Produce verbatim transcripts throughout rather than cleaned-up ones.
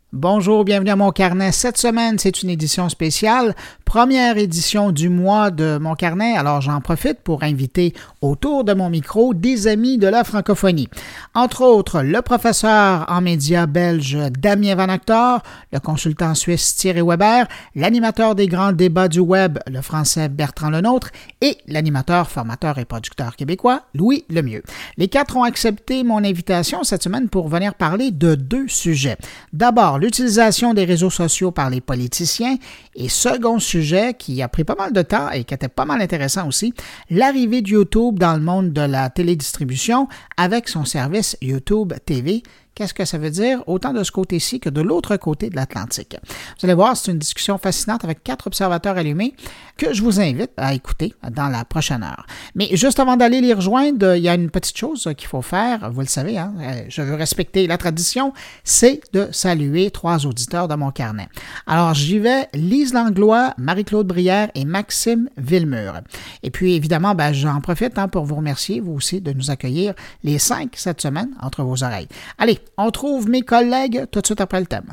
Bonjour, bienvenue à Mon Carnet. Cette semaine, c'est une édition spéciale, première édition du mois de Mon Carnet. Alors, j'en profite pour inviter autour de mon micro des amis de la francophonie. Entre autres, le professeur en médias belge Damien Van Actor, le consultant suisse Thierry Weber, l'animateur des grands débats du web, le français Bertrand Lenôtre, et l'animateur, formateur et producteur québécois Louis Lemieux. Les quatre ont accepté mon invitation cette semaine pour venir parler de deux sujets. D'abord, l'utilisation des réseaux sociaux par les politiciens et second sujet qui a pris pas mal de temps et qui était pas mal intéressant aussi, l'arrivée de YouTube dans le monde de la télédistribution avec son service YouTube T V. Qu'est-ce que ça veut dire, autant de ce côté-ci que de l'autre côté de l'Atlantique? Vous allez voir, c'est une discussion fascinante avec quatre observateurs allumés que je vous invite à écouter dans la prochaine heure. Mais juste avant d'aller les rejoindre, il y a une petite chose qu'il faut faire, vous le savez, hein, je veux respecter la tradition, c'est de saluer trois auditeurs de Mon Carnet. Alors, j'y vais, Lise Langlois, Marie-Claude Brière et Maxime Villemur. Et puis, évidemment, ben, j'en profite hein, pour vous remercier, vous aussi, de nous accueillir les cinq cette semaine entre vos oreilles. Allez, on trouve mes collègues tout de suite après le thème.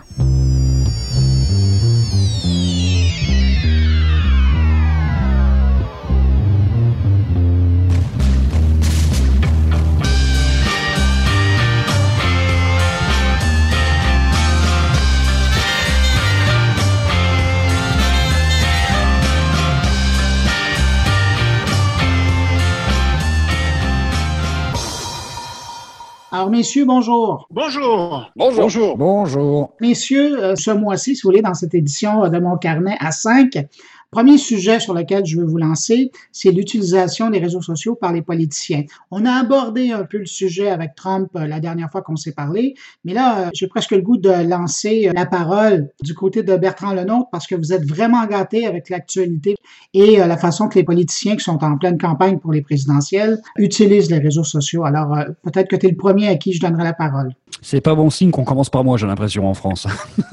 Alors, messieurs, bonjour. Bonjour. Bonjour. Bonjour. Bonjour. Messieurs, euh, ce mois-ci, si vous voulez, dans cette édition de Mon Carnet à cinq, premier sujet sur lequel je veux vous lancer, c'est l'utilisation des réseaux sociaux par les politiciens. On a abordé un peu le sujet avec Trump euh, la dernière fois qu'on s'est parlé, mais là, euh, j'ai presque le goût de lancer euh, la parole du côté de Bertrand Lenôtre parce que vous êtes vraiment gâté avec l'actualité et euh, la façon que les politiciens qui sont en pleine campagne pour les présidentielles utilisent les réseaux sociaux. Alors, euh, peut-être que tu es le premier à qui je donnerai la parole. C'est pas bon signe qu'on commence par moi, j'ai l'impression, en France.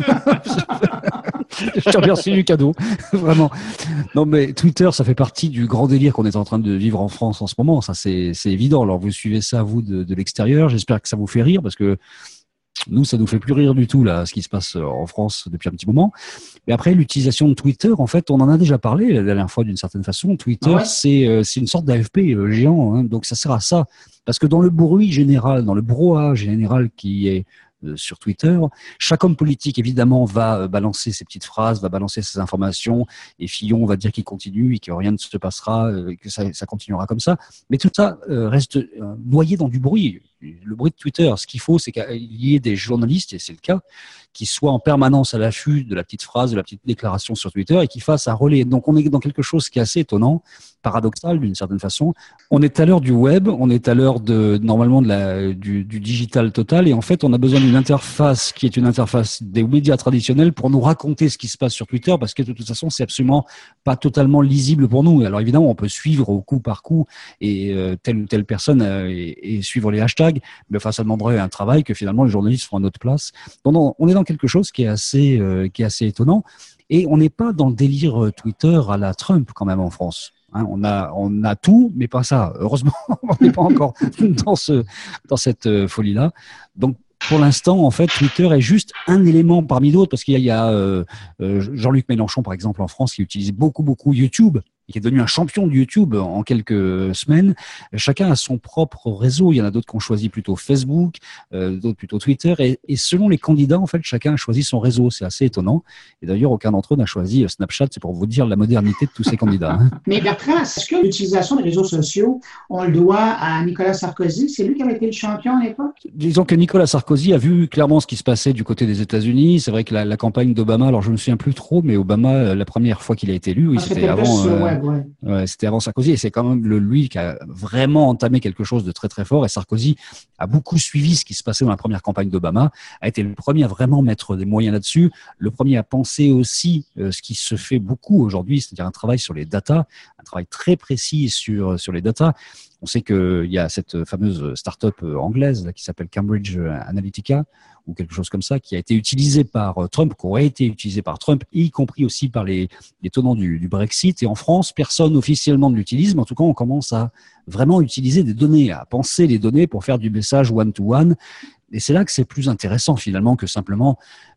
Je te remercie du cadeau, vraiment. Non, mais Twitter, ça fait partie du grand délire qu'on est en train de vivre en France en ce moment. Ça, c'est, c'est évident. Alors, vous suivez ça, vous, de, de l'extérieur. J'espère que ça vous fait rire parce que nous, ça nous fait plus rire du tout, là, ce qui se passe en France depuis un petit moment. Mais après, l'utilisation de Twitter, en fait, on en a déjà parlé la dernière fois d'une certaine façon. Twitter, ouais. c'est, euh, c'est une sorte d'A F P euh, géant, hein, donc ça sert à ça. Parce que dans le bruit général, dans le brouhaha général qui est euh, sur Twitter, chaque homme politique, évidemment, va euh, balancer ses petites phrases, va balancer ses informations, et Fillon va dire qu'il continue et que rien ne se passera, euh, que ça, ça continuera comme ça. Mais tout ça euh, reste euh, noyé dans du bruit. Le bruit de Twitter, ce qu'il faut, c'est qu'il y ait des journalistes, et c'est le cas, qui soient en permanence à l'affût de la petite phrase, de la petite déclaration sur Twitter et qui fassent un relais. Donc, on est dans quelque chose qui est assez étonnant, paradoxal d'une certaine façon. On est à l'heure du web, on est à l'heure de, normalement, de la, du, du digital total et en fait, on a besoin d'une interface qui est une interface des médias traditionnels pour nous raconter ce qui se passe sur Twitter parce que de toute façon, c'est absolument pas totalement lisible pour nous. Alors, évidemment, on peut suivre au coup par coup et euh, telle ou telle personne euh, et, et suivre les hashtags, mais enfin, ça demanderait un travail que finalement les journalistes font à notre place. Donc, on est dans quelque chose qui est assez, euh, qui est assez étonnant, et on n'est pas dans le délire Twitter à la Trump quand même en France. Hein, on a, on a tout, mais pas ça. Heureusement, on n'est pas encore dans ce, dans cette euh, folie-là. Donc, pour l'instant, en fait, Twitter est juste un élément parmi d'autres, parce qu'il y a, il y a euh, euh, Jean-Luc Mélenchon, par exemple, en France, qui utilise beaucoup, beaucoup YouTube, et qui est devenu un champion de YouTube en quelques semaines. Chacun a son propre réseau. Il y en a d'autres qui ont choisi plutôt Facebook, euh, d'autres plutôt Twitter, et, et selon les candidats, en fait, chacun a choisi son réseau. C'est assez étonnant. Et d'ailleurs, aucun d'entre eux n'a choisi Snapchat. C'est pour vous dire la modernité de tous ces candidats. Hein. Mais Bertrand, est-ce que l'utilisation des réseaux sociaux, on le doit à Nicolas Sarkozy? C'est lui qui avait été le champion à l'époque? Disons que Nicolas Sarkozy a vu clairement ce qui se passait du côté des États-Unis. C'est vrai que la, la campagne d'Obama, alors je ne me souviens plus trop, mais Obama, la première fois qu'il a été élu, oui, ah, c'était, c'était avant. Euh, web, ouais. Ouais, c'était avant Sarkozy, et c'est quand même le, lui qui a vraiment entamé quelque chose de très très fort. Et Sarkozy a beaucoup suivi ce qui se passait dans la première campagne d'Obama, a été le premier à vraiment mettre des moyens là-dessus, le premier à penser aussi euh, ce qui se fait beaucoup aujourd'hui, c'est-à-dire un travail sur les datas, un travail très précis sur sur les datas. On sait qu'il y a cette fameuse start-up anglaise là, qui s'appelle Cambridge Analytica ou quelque chose comme ça, qui a été utilisée par Trump, qui aurait été utilisée par Trump, y compris aussi par les, les tenants du, du Brexit. Et en France, personne officiellement ne l'utilise, mais en tout cas, on commence à vraiment utiliser des données, à penser les données pour faire du message one-to-one. Et c'est là que c'est plus intéressant finalement que simplement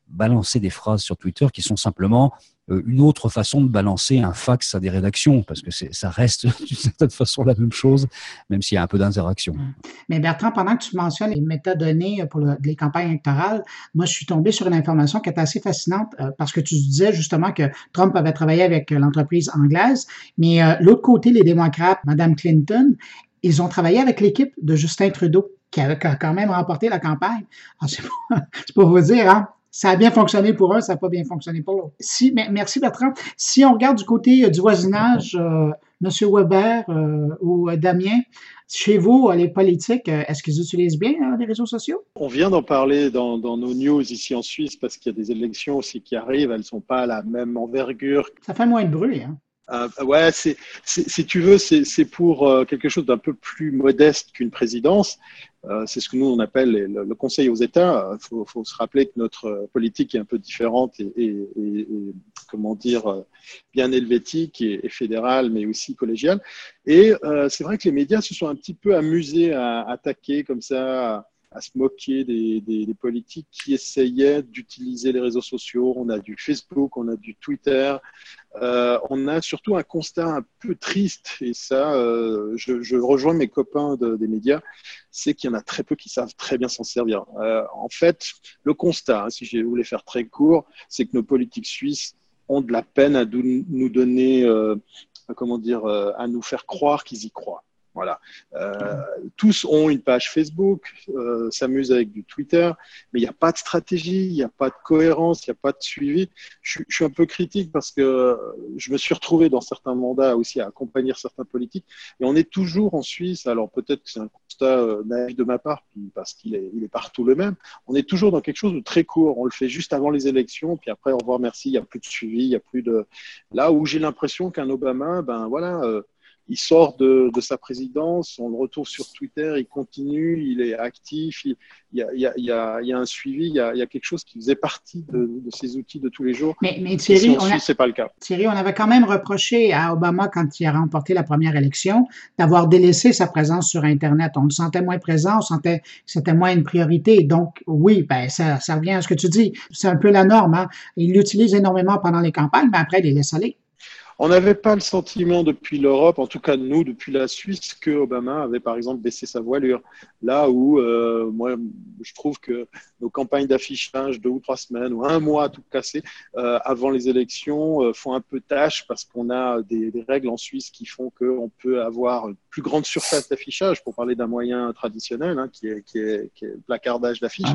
balancer des phrases sur Twitter qui sont simplement euh, une autre façon de balancer un fax à des rédactions, parce que c'est, ça reste d'une certaine façon la même chose, même s'il y a un peu d'interaction. Mais Bertrand, pendant que tu mentionnes les métadonnées pour le, les campagnes électorales, moi, je suis tombé sur une information qui est assez fascinante euh, parce que tu disais justement que Trump avait travaillé avec euh, l'entreprise anglaise, mais euh, l'autre côté, les démocrates, Mme Clinton, ils ont travaillé avec l'équipe de Justin Trudeau, qui avait quand même remporté la campagne. Alors, c'est, pour, c'est pour vous dire, hein, ça a bien fonctionné pour un, ça n'a pas bien fonctionné pour l'autre. Si, mais, merci Bertrand. Si on regarde du côté euh, du voisinage, euh, M. Weber euh, ou euh, Damien, chez vous, les politiques, euh, est-ce qu'ils utilisent bien euh, les réseaux sociaux? On vient d'en parler dans, dans nos news ici en Suisse parce qu'il y a des élections aussi qui arrivent, elles ne sont pas à la même envergure. Ça fait moins de bruit, hein? Euh, ouais, c'est, c'est, si tu veux, c'est, c'est pour euh, quelque chose d'un peu plus modeste qu'une présidence. Euh, c'est ce que nous on appelle le, le Conseil aux États. Il faut, faut se rappeler que notre politique est un peu différente et, et, et, et comment dire, bien helvétique et, et fédérale, mais aussi collégiale. Et euh, c'est vrai que les médias se sont un petit peu amusés à attaquer comme ça, à, à se moquer des, des, des politiques qui essayaient d'utiliser les réseaux sociaux. On a du Facebook, on a du Twitter. Euh, on a surtout un constat un peu triste, et ça, euh, je, je rejoins mes copains de, des médias, c'est qu'il y en a très peu qui savent très bien s'en servir. Euh, en fait, le constat, hein, si je voulais faire très court, c'est que nos politiques suisses ont de la peine à nous donner, euh, comment dire, euh, à nous faire croire qu'ils y croient. Voilà. Euh, tous ont une page Facebook, euh, s'amusent avec du Twitter, mais il n'y a pas de stratégie, il n'y a pas de cohérence, il n'y a pas de suivi. Je, je suis un peu critique parce que je me suis retrouvé dans certains mandats aussi à accompagner certains politiques, et on est toujours en Suisse, alors peut-être que c'est un constat euh, naïf de ma part, parce qu'il est, il est partout le même, on est toujours dans quelque chose de très court, on le fait juste avant les élections, puis après au revoir, merci, il n'y a plus de suivi, il n'y a plus de... Là où j'ai l'impression qu'un Obama, ben voilà... Euh, il sort de, de sa présidence, on le retrouve sur Twitter, il continue, il est actif, il, il, y, a, il, y, a, il, y, a, il y a un suivi, il y a, il y a quelque chose qui faisait partie de, de ses outils de tous les jours. Mais, mais Thierry, Ici, en on Suisse, a, c'est pas le cas. Thierry, on avait quand même reproché à Obama, quand il a remporté la première élection, d'avoir délaissé sa présence sur Internet. On le sentait moins présent, on sentait que c'était moins une priorité. Donc, oui, ben ça, ça revient à ce que tu dis. C'est un peu la norme. Hein? Il l'utilise énormément pendant les campagnes, mais après, il les laisse aller. On n'avait pas le sentiment depuis l'Europe, en tout cas nous, depuis la Suisse, que Obama avait par exemple baissé sa voilure. Là où, euh, moi, je trouve que nos campagnes d'affichage, deux ou trois semaines ou un mois à tout casser, euh, avant les élections, euh, font un peu tâche parce qu'on a des, des règles en Suisse qui font qu'on peut avoir une plus grande surface d'affichage, pour parler d'un moyen traditionnel, hein, qui est, qui est, qui est le placardage d'affiches.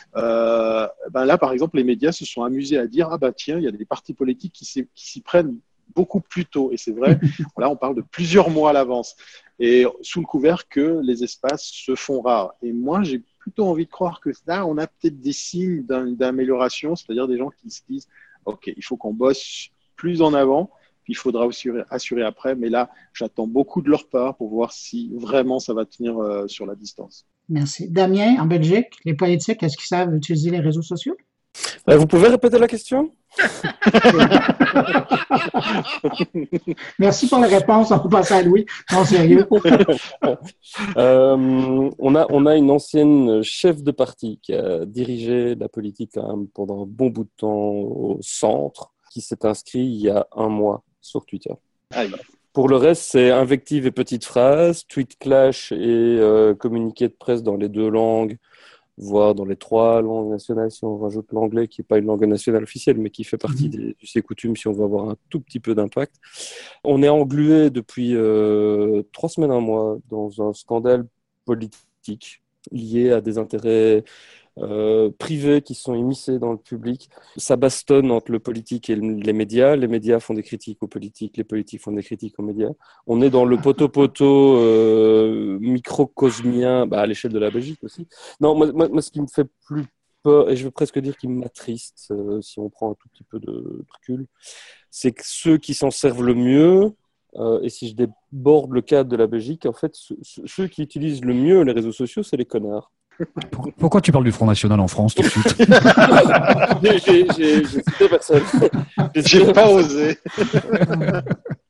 Euh, ben là, par exemple, les médias se sont amusés à dire « Ah bah tiens, il y a des partis politiques qui s'y, qui s'y prennent beaucoup plus tôt ». Et c'est vrai, là, on parle de plusieurs mois à l'avance. Et sous le couvert que les espaces se font rares. Et moi, j'ai plutôt envie de croire que là, on a peut-être des signes d'un, d'amélioration, c'est-à-dire des gens qui se disent « Ok, il faut qu'on bosse plus en avant, puis il faudra assurer, assurer après. » Mais là, j'attends beaucoup de leur part pour voir si vraiment ça va tenir euh, sur la distance. Merci. Damien, en Belgique, les politiques, est-ce qu'ils savent utiliser les réseaux sociaux? Vous pouvez répéter la question? Merci pour la réponse. On va passer à Louis. Non, sérieux. euh, on, a, on a une ancienne chef de parti qui a dirigé la politique quand même pendant un bon bout de temps au centre, qui s'est inscrit il y a un mois sur Twitter. Aïe. Pour le reste, c'est invectives et petites phrases, tweet clash et euh, communiqué de presse dans les deux langues, voire dans les trois langues nationales, si on rajoute l'anglais, qui n'est pas une langue nationale officielle, mais qui fait partie des us et coutumes, si on veut avoir un tout petit peu d'impact. On est englué depuis euh, trois semaines, un mois, dans un scandale politique lié à des intérêts euh, privés qui sont immiscés dans le public. Ça bastonne entre le politique et les médias. Les médias font des critiques aux politiques, les politiques font des critiques aux médias. On est dans le poteau-poteau euh, microcosmien, bah, à l'échelle de la Belgique aussi. Non, moi, moi, moi, ce qui me fait plus peur, et je veux presque dire qui m'attriste, euh, si on prend un tout petit peu de recul, c'est que ceux qui s'en servent le mieux, euh, et si je déborde le cadre de la Belgique, en fait, ceux, ceux qui utilisent le mieux les réseaux sociaux, c'est les connards. Pourquoi tu parles du Front National en France tout de suite? j'ai, j'ai, j'ai cité personne. J'ai, j'ai pas osé.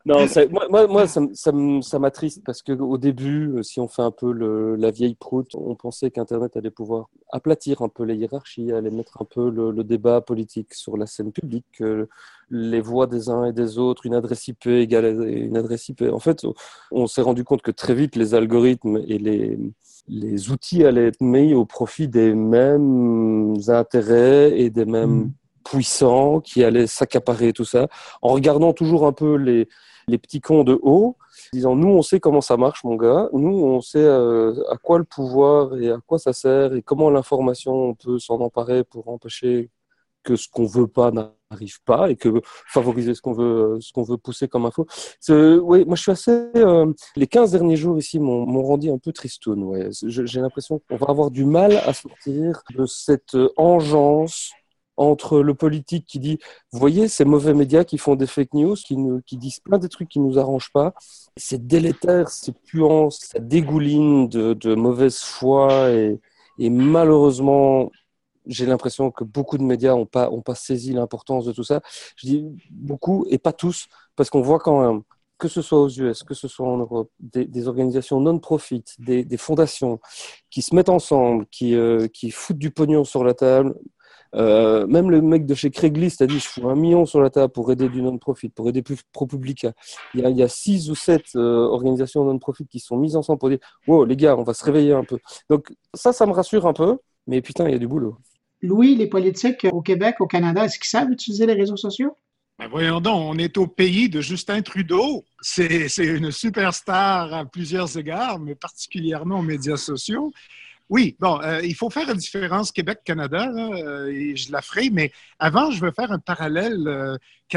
Non, ça, moi, moi, moi, ça, m- ça, m- ça m'attriste parce qu'au début, si on fait un peu le, la vieille proute, on pensait qu'Internet allait pouvoir aplatir un peu les hiérarchies, allait mettre un peu le, le débat politique sur la scène publique, que les voix des uns et des autres, une adresse I P égale à une adresse I P. En fait, on s'est rendu compte que très vite, les algorithmes et les, les outils allaient être mis au profit des mêmes intérêts et des mêmes Mm. puissants qui allaient s'accaparer tout ça, en regardant toujours un peu les les petits cons de haut, disant nous on sait comment ça marche mon gars, nous on sait euh, à quoi le pouvoir et à quoi ça sert et comment l'information on peut s'en emparer pour empêcher que ce qu'on veut pas n'arrive pas et que favoriser ce qu'on veut ce qu'on veut pousser comme info. C'est, ouais, moi je suis assez euh, les quinze derniers jours ici m'ont, m'ont rendu un peu tristoun, ouais. Je- j'ai l'impression qu'on va avoir du mal à sortir de cette euh, engeance entre le politique qui dit, vous voyez, ces mauvais médias qui font des fake news, qui, nous, qui disent plein de trucs qui nous arrangent pas, c'est délétère, c'est puant, ça dégouline de, de mauvaise foi et, et malheureusement, j'ai l'impression que beaucoup de médias n'ont pas, ont pas saisi l'importance de tout ça. Je dis beaucoup et pas tous, parce qu'on voit quand même, que ce soit aux U S, que ce soit en Europe, des, des organisations non-profit, des, des fondations qui se mettent ensemble, qui, euh, qui foutent du pognon sur la table. Euh, même le mec de chez Craigslist a dit je fous un million sur la table pour aider du non-profit, pour aider plus ProPublica. Il y a, il y a six ou sept euh, organisations non-profit qui sont mises ensemble pour dire wow les gars, on va se réveiller un peu. Donc ça, ça me rassure un peu, mais putain, il y a du boulot. Louis, les politiques au Québec, au Canada, est-ce qu'ils savent utiliser les réseaux sociaux? Ben voyons donc, on est au pays de Justin Trudeau. C'est, c'est une superstar à plusieurs égards, mais particulièrement aux médias sociaux. Oui, bon, euh, il faut faire une différence Québec-Canada, là, euh, et je la ferai, mais avant, je veux faire un parallèle euh,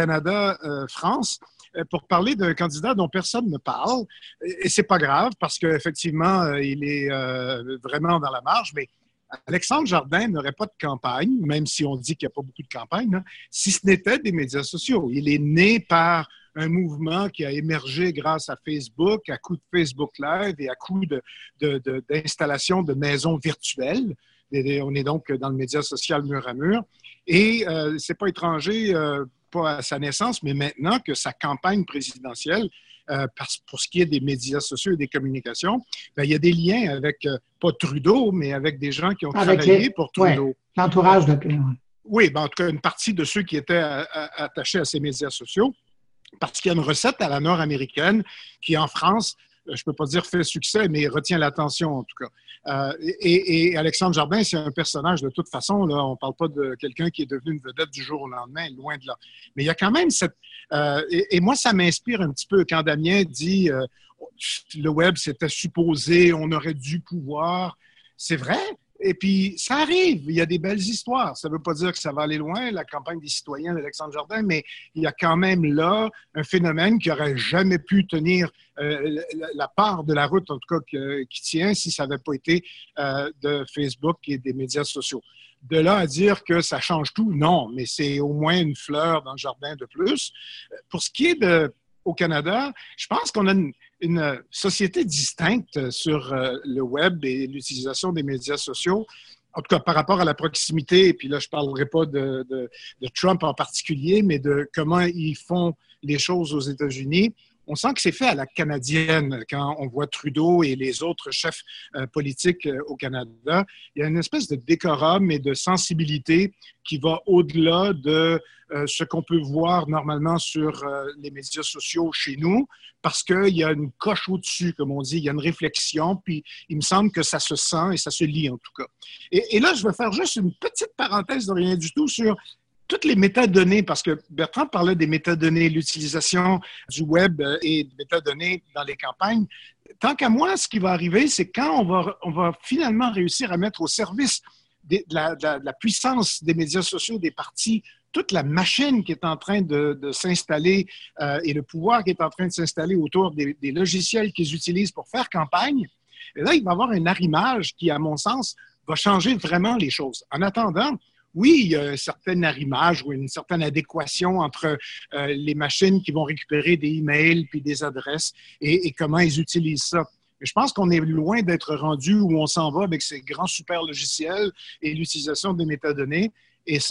Canada-France euh, pour parler d'un candidat dont personne ne parle. Et, et c'est pas grave, parce qu'effectivement, euh, il est euh, vraiment dans la marge, mais Alexandre Jardin n'aurait pas de campagne, même si on dit qu'il n'y a pas beaucoup de campagne, hein, si ce n'était des médias sociaux. Il est né par un mouvement qui a émergé grâce à Facebook, à coup de Facebook Live et à coup de, de, de, d'installation de maisons virtuelles. Et on est donc dans le média social mur à mur. Et euh, c'est pas étranger, euh, pas à sa naissance, mais maintenant que sa campagne présidentielle, euh, pour ce qui est des médias sociaux et des communications, ben, il y a des liens avec, euh, pas Trudeau, mais avec des gens qui ont avec travaillé les, pour Trudeau. Ouais, l'entourage de ouais. Oui, ben, en tout cas, une partie de ceux qui étaient à, à, attachés à ces médias sociaux, parce qu'il y a une recette à la nord-américaine qui, en France, je ne peux pas dire fait succès, mais retient l'attention en tout cas. Euh, et, et Alexandre Jardin, c'est un personnage de toute façon. Là, on ne parle pas de quelqu'un qui est devenu une vedette du jour au lendemain, loin de là. Mais il y a quand même cette... Euh, et, et moi, ça m'inspire un petit peu quand Damien dit euh, le web, c'était supposé, on aurait dû pouvoir. C'est vrai. Et puis, ça arrive. Il y a des belles histoires. Ça ne veut pas dire que ça va aller loin, la campagne des citoyens d'Alexandre Jardin, mais il y a quand même là un phénomène qui n'aurait jamais pu tenir euh, la, la part de la route, en tout cas, que, qui tient si ça n'avait pas été euh, de Facebook et des médias sociaux. De là à dire que ça change tout, non, mais c'est au moins une fleur dans le jardin de plus. Pour ce qui est de... Au Canada, je pense qu'on a une, une société distincte sur euh, le web et l'utilisation des médias sociaux. En tout cas, par rapport à la proximité, et puis là, je ne parlerai pas de, de, de Trump en particulier, mais de comment ils font les choses aux États-Unis. On sent que c'est fait à la canadienne quand on voit Trudeau et les autres chefs euh, politiques euh, au Canada. Il y a une espèce de décorum et de sensibilité qui va au-delà de euh, ce qu'on peut voir normalement sur euh, les médias sociaux chez nous, parce qu'il y a une coche au-dessus, comme on dit, il y a une réflexion, puis il me semble que ça se sent et ça se lit en tout cas. Et, et là, je vais faire juste une petite parenthèse de rien du tout sur toutes les métadonnées, parce que Bertrand parlait des métadonnées, l'utilisation du web et des métadonnées dans les campagnes. Tant qu'à moi, ce qui va arriver, c'est quand on va, on va finalement réussir à mettre au service de la, de la, de la puissance des médias sociaux, des partis, toute la machine qui est en train de, de s'installer euh, et le pouvoir qui est en train de s'installer autour des, des logiciels qu'ils utilisent pour faire campagne. Et là, il va y avoir un arrimage qui, à mon sens, va changer vraiment les choses. En attendant, oui, il y a un certain arrimage ou une certaine adéquation entre euh, les machines qui vont récupérer des emails puis des adresses et, et comment ils utilisent ça. Mais je pense qu'on est loin d'être rendu où on s'en va avec ces grands super logiciels et l'utilisation des métadonnées. Et ça,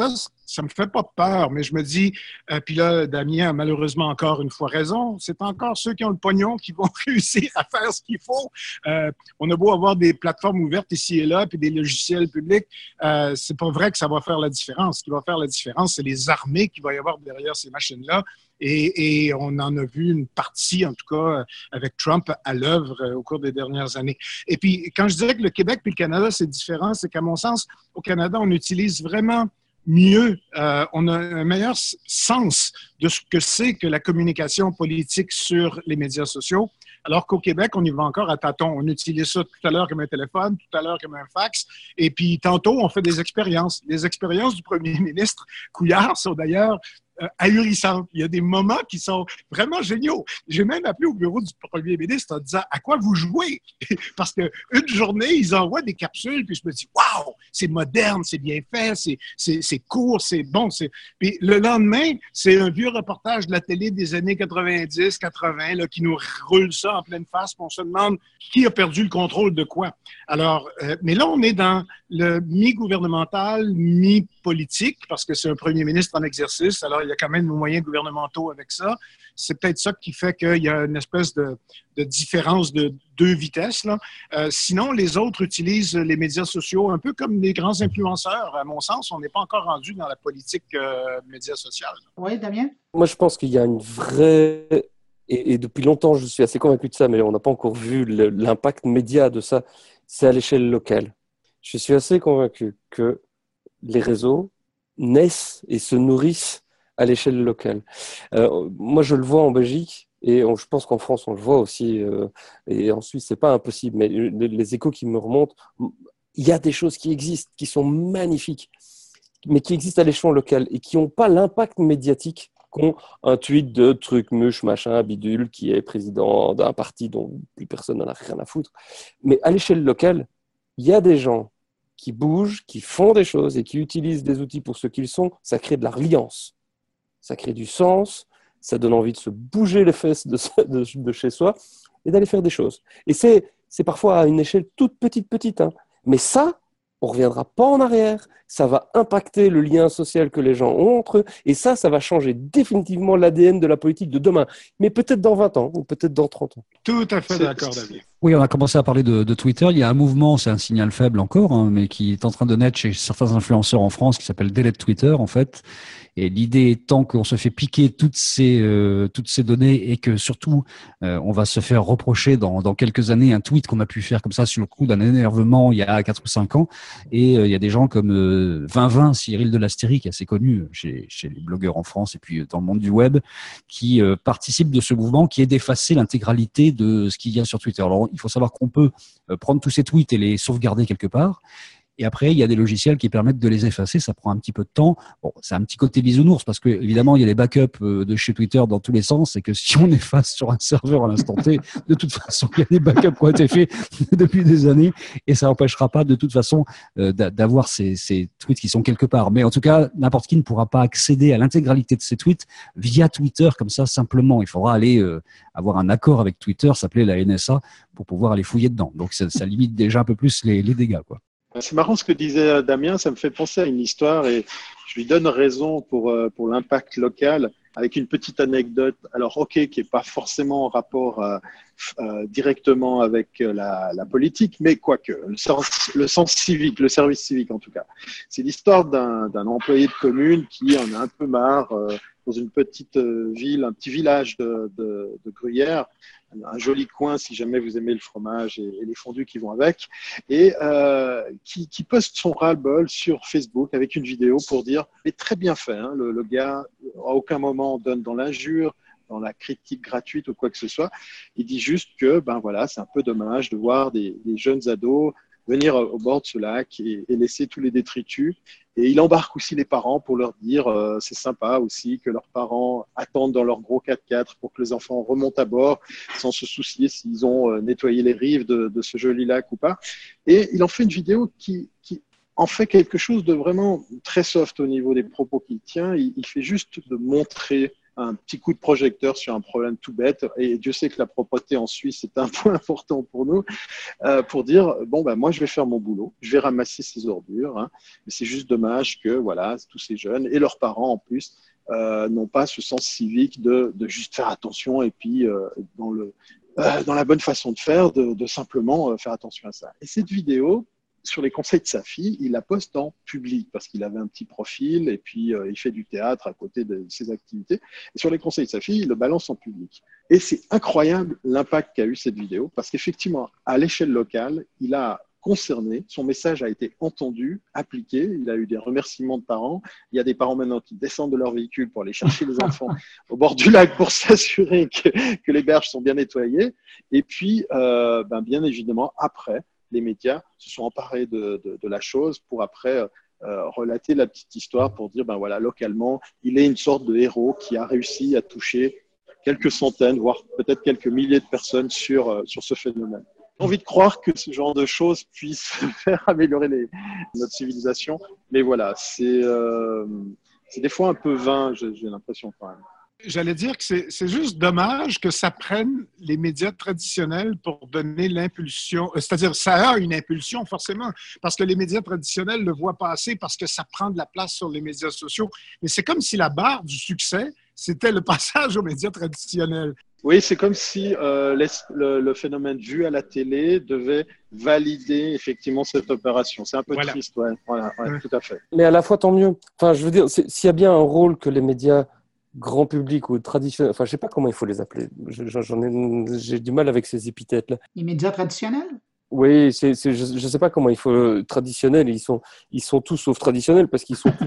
ça me fait pas peur, mais je me dis, euh, puis là, Damien a malheureusement encore une fois raison, c'est encore ceux qui ont le pognon qui vont réussir à faire ce qu'il faut. Euh, on a beau avoir des plateformes ouvertes ici et là, puis des logiciels publics, euh, c'est pas vrai que ça va faire la différence. Ce qui va faire la différence, c'est les armées qu'il va y avoir derrière ces machines-là. Et, et on en a vu une partie, en tout cas, avec Trump à l'œuvre au cours des dernières années. Et puis, quand je disais que le Québec puis le Canada, c'est différent, c'est qu'à mon sens, au Canada, on utilise vraiment mieux, euh, on a un meilleur sens de ce que c'est que la communication politique sur les médias sociaux, alors qu'au Québec, on y va encore à tâtons. On utilise ça tout à l'heure comme un téléphone, tout à l'heure comme un fax, et puis tantôt, on fait des expériences. Les expériences du premier ministre Couillard sont d'ailleurs euh, ahurissantes. Il y a des moments qui sont vraiment géniaux. J'ai même appelé au bureau du premier ministre en disant « À quoi vous jouez? » Parce qu'une journée, ils envoient des capsules, puis je me dis « Waouh! C'est moderne, c'est bien fait, c'est, c'est, c'est court, c'est bon. » Puis le lendemain, c'est un vieux reportage de la télé des années quatre-vingt-dix, quatre-vingts là, qui nous roule ça en pleine face, puis on se demande qui a perdu le contrôle de quoi. Alors, euh, mais là, on est dans le mi-gouvernemental, mi-politique, parce que c'est un premier ministre en exercice, alors il y a quand même nos moyens gouvernementaux avec ça. C'est peut-être ça qui fait qu'il y a une espèce de, de différence de deux vitesses, là. Euh, sinon, les autres utilisent les médias sociaux un peu comme les grands influenceurs. À mon sens, on n'est pas encore rendu dans la politique euh, médias sociale. Oui, Damien? Moi, je pense qu'il y a une vraie... Et, et depuis longtemps, je suis assez convaincu de ça, mais on n'a pas encore vu le, l'impact média de ça. C'est à l'échelle locale. Je suis assez convaincu que les réseaux naissent et se nourrissent à l'échelle locale. Euh, moi, je le vois en Belgique, et on, je pense qu'en France, on le voit aussi, euh, et en Suisse, c'est pas impossible, mais les, les échos qui me remontent, il y a des choses qui existent, qui sont magnifiques, mais qui existent à l'échelon local et qui n'ont pas l'impact médiatique qu'ont un tweet de truc muche, machin, bidule, qui est président d'un parti dont plus personne n'en a rien à foutre. Mais à l'échelle locale, il y a des gens qui bougent, qui font des choses et qui utilisent des outils pour ce qu'ils sont. Ça crée de la reliance, ça crée du sens, ça donne envie de se bouger les fesses de, de, de chez soi et d'aller faire des choses. Et c'est, c'est parfois à une échelle toute petite, petite, hein. Mais ça, on ne reviendra pas en arrière, ça va impacter le lien social que les gens ont entre eux, et ça, ça va changer définitivement l'A D N de la politique de demain, mais peut-être dans vingt ans, ou peut-être dans trente ans. Tout à fait d'accord, David. Oui, on a commencé à parler de, de Twitter. Il y a un mouvement, c'est un signal faible encore, hein, mais qui est en train de naître chez certains influenceurs en France, qui s'appelle Delete Twitter, en fait. Et l'idée étant qu'on se fait piquer toutes ces euh, toutes ces données et que surtout euh, on va se faire reprocher dans dans quelques années un tweet qu'on a pu faire comme ça sur le coup d'un énervement il y a quatre ou cinq ans. Et euh, il y a des gens comme euh, vingt vingt, Cyril Delastéric, qui est assez connu chez chez les blogueurs en France et puis dans le monde du web, qui euh, participent de ce mouvement qui est d'effacer l'intégralité de ce qu'il y a sur Twitter. Alors il faut savoir qu'on peut euh, prendre tous ces tweets et les sauvegarder quelque part. Et après, il y a des logiciels qui permettent de les effacer. Ça prend un petit peu de temps. Bon, c'est un petit côté bisounours parce que, évidemment, il y a les backups de chez Twitter dans tous les sens. Et que si on efface sur un serveur à l'instant T, de toute façon, il y a des backups qui ont été faits depuis des années. Et ça n'empêchera pas, de toute façon, euh, d'avoir ces, ces tweets qui sont quelque part. Mais en tout cas, n'importe qui ne pourra pas accéder à l'intégralité de ces tweets via Twitter comme ça, simplement. Il faudra aller euh, avoir un accord avec Twitter, s'appeler la N S A, pour pouvoir aller fouiller dedans. Donc, ça, ça limite déjà un peu plus les, les dégâts, quoi. C'est marrant ce que disait Damien, ça me fait penser à une histoire et je lui donne raison pour, pour l'impact local avec une petite anecdote. Alors, ok, qui n'est pas forcément en rapport euh, euh, directement avec la, la politique, mais quoique, le sens, le sens civique, le service civique en tout cas. C'est l'histoire d'un, d'un employé de commune qui en a un peu marre euh, dans une petite ville, un petit village de, de, de Gruyère, un joli coin si jamais vous aimez le fromage et, et les fondus qui vont avec, et euh, qui, qui poste son ras-le-bol sur Facebook avec une vidéo pour dire « mais très bien fait, hein, le, le gars, à aucun moment donne dans l'injure, dans la critique gratuite ou quoi que ce soit, il dit juste que ben voilà, c'est un peu dommage de voir des, des jeunes ados venir au bord de ce lac et, et laisser tous les détritus. Et il embarque aussi les parents pour leur dire euh, c'est sympa aussi que leurs parents attendent dans leur gros quatre-quatre pour que les enfants remontent à bord sans se soucier s'ils ont euh, nettoyé les rives de, de ce joli lac ou pas. Et il en fait une vidéo qui, qui en fait quelque chose de vraiment très soft au niveau des propos qu'il tient. Il, il fait juste de montrer un petit coup de projecteur sur un problème tout bête. Et Dieu sait que la propreté en Suisse est un point important pour nous, euh, pour dire, bon, ben, moi, je vais faire mon boulot, je vais ramasser ces ordures, hein, mais c'est juste dommage que, voilà, tous ces jeunes et leurs parents, en plus, euh, n'ont pas ce sens civique de, de juste faire attention et puis, euh, dans le, euh, dans la bonne façon de faire, de, de simplement euh, faire attention à ça. Et cette vidéo, sur les conseils de sa fille, il la poste en public parce qu'il avait un petit profil et puis euh, il fait du théâtre à côté de ses activités. Et sur les conseils de sa fille, il le balance en public. Et c'est incroyable l'impact qu'a eu cette vidéo parce qu'effectivement, à l'échelle locale, il a concerné, son message a été entendu, appliqué, il a eu des remerciements de parents. Il y a des parents maintenant qui descendent de leur véhicule pour aller chercher les enfants au bord du lac pour s'assurer que, que les berges sont bien nettoyées. Et puis, euh, ben, bien évidemment, après, les médias se sont emparés de, de, de la chose pour après euh, relater la petite histoire pour dire, ben voilà, localement, il est une sorte de héros qui a réussi à toucher quelques centaines, voire peut-être quelques milliers de personnes sur, euh, sur ce phénomène. J'ai envie de croire que ce genre de choses puisse faire améliorer les, notre civilisation, mais voilà, c'est, euh, c'est des fois un peu vain, j'ai, j'ai l'impression quand même. J'allais dire que c'est, c'est juste dommage que ça prenne les médias traditionnels pour donner l'impulsion. C'est-à-dire, ça a une impulsion forcément, parce que les médias traditionnels le voient passer, parce que ça prend de la place sur les médias sociaux. Mais c'est comme si la barre du succès, c'était le passage aux médias traditionnels. Oui, c'est comme si euh, le, le phénomène vu à la télé devait valider effectivement cette opération. C'est un peu voilà. triste, ouais, voilà, ouais, ouais. Tout à fait. Mais à la fois, tant mieux. Enfin, je veux dire, s'il y a bien un rôle que les médias grand public ou traditionnel, enfin je sais pas comment il faut les appeler, j'en ai, j'ai du mal avec ces épithètes là. Les médias traditionnels? Oui, c'est, c'est, je, je sais pas comment il faut traditionnel, ils sont, ils sont tous sauf traditionnels parce qu'ils sont tous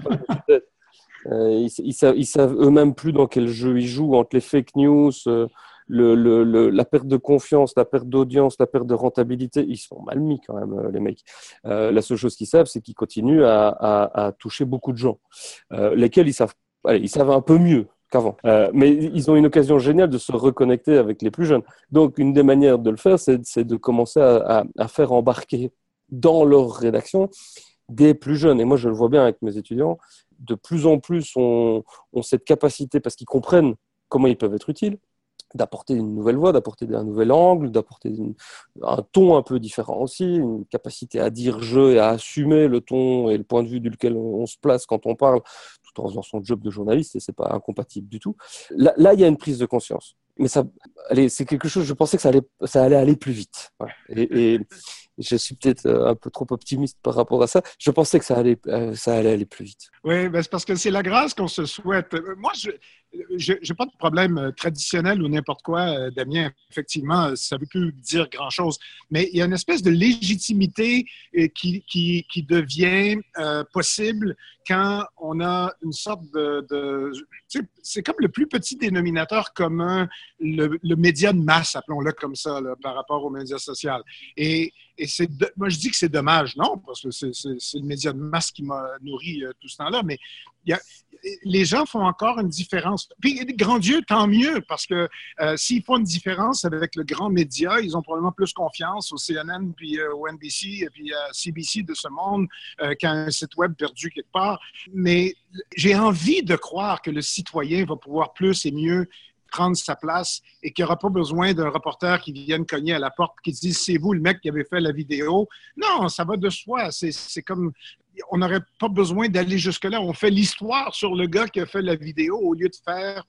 euh, ils, ils, savent, ils savent eux-mêmes plus dans quel jeu ils jouent entre les fake news, euh, le, le, le, la perte de confiance, la perte d'audience, la perte de rentabilité, ils sont mal mis quand même les mecs. Euh, la seule chose qu'ils savent, c'est qu'ils continuent à, à, à toucher beaucoup de gens, euh, lesquels ils savent. Allez, ils savent un peu mieux qu'avant. Euh, mais ils ont une occasion géniale de se reconnecter avec les plus jeunes. Donc, une des manières de le faire, c'est, c'est de commencer à, à, à faire embarquer dans leur rédaction des plus jeunes. Et moi, je le vois bien avec mes étudiants. De plus en plus, on, on cette capacité, parce qu'ils comprennent comment ils peuvent être utiles, d'apporter une nouvelle voix, d'apporter un nouvel angle, d'apporter une, un ton un peu différent aussi, une capacité à dire je et à assumer le ton et le point de vue duquel on, on se place quand on parle, tout en faisant son job de journaliste, et c'est pas incompatible du tout. Là, là, il y a une prise de conscience. Mais ça, allez, c'est quelque chose, je pensais que ça allait, ça allait aller plus vite. Ouais. Et, et je suis peut-être un peu trop optimiste par rapport à ça. Je pensais que ça allait, euh, ça allait aller plus vite. Oui, ben c'est parce que c'est la grâce qu'on se souhaite. Moi, je n'ai pas de problème traditionnel ou n'importe quoi, Damien. Effectivement, ça ne veut plus dire grand-chose. Mais il y a une espèce de légitimité qui, qui, qui devient euh, possible quand on a une sorte de... de tu sais, c'est comme le plus petit dénominateur commun, le, le média de masse, appelons-le comme ça, là, par rapport aux médias sociaux. Et, et c'est de, moi, je dis que c'est dommage, non, parce que c'est, c'est, c'est le média de masse qui m'a nourri euh, tout ce temps-là, mais il y a, les gens font encore une différence. Puis, grand Dieu, tant mieux, parce que euh, s'ils font une différence avec le grand média, ils ont probablement plus confiance au C N N, puis euh, au N B C, et puis à C B C de ce monde, euh, qu'à un site web perdu quelque part. Mais j'ai envie de croire que le citoyen va pouvoir plus et mieux prendre sa place et qu'il n'y aura pas besoin d'un reporter qui vienne cogner à la porte qui dise « c'est vous le mec qui avait fait la vidéo ». Non, ça va de soi. C'est, c'est comme... On n'aurait pas besoin d'aller jusque-là. On fait l'histoire sur le gars qui a fait la vidéo au lieu de faire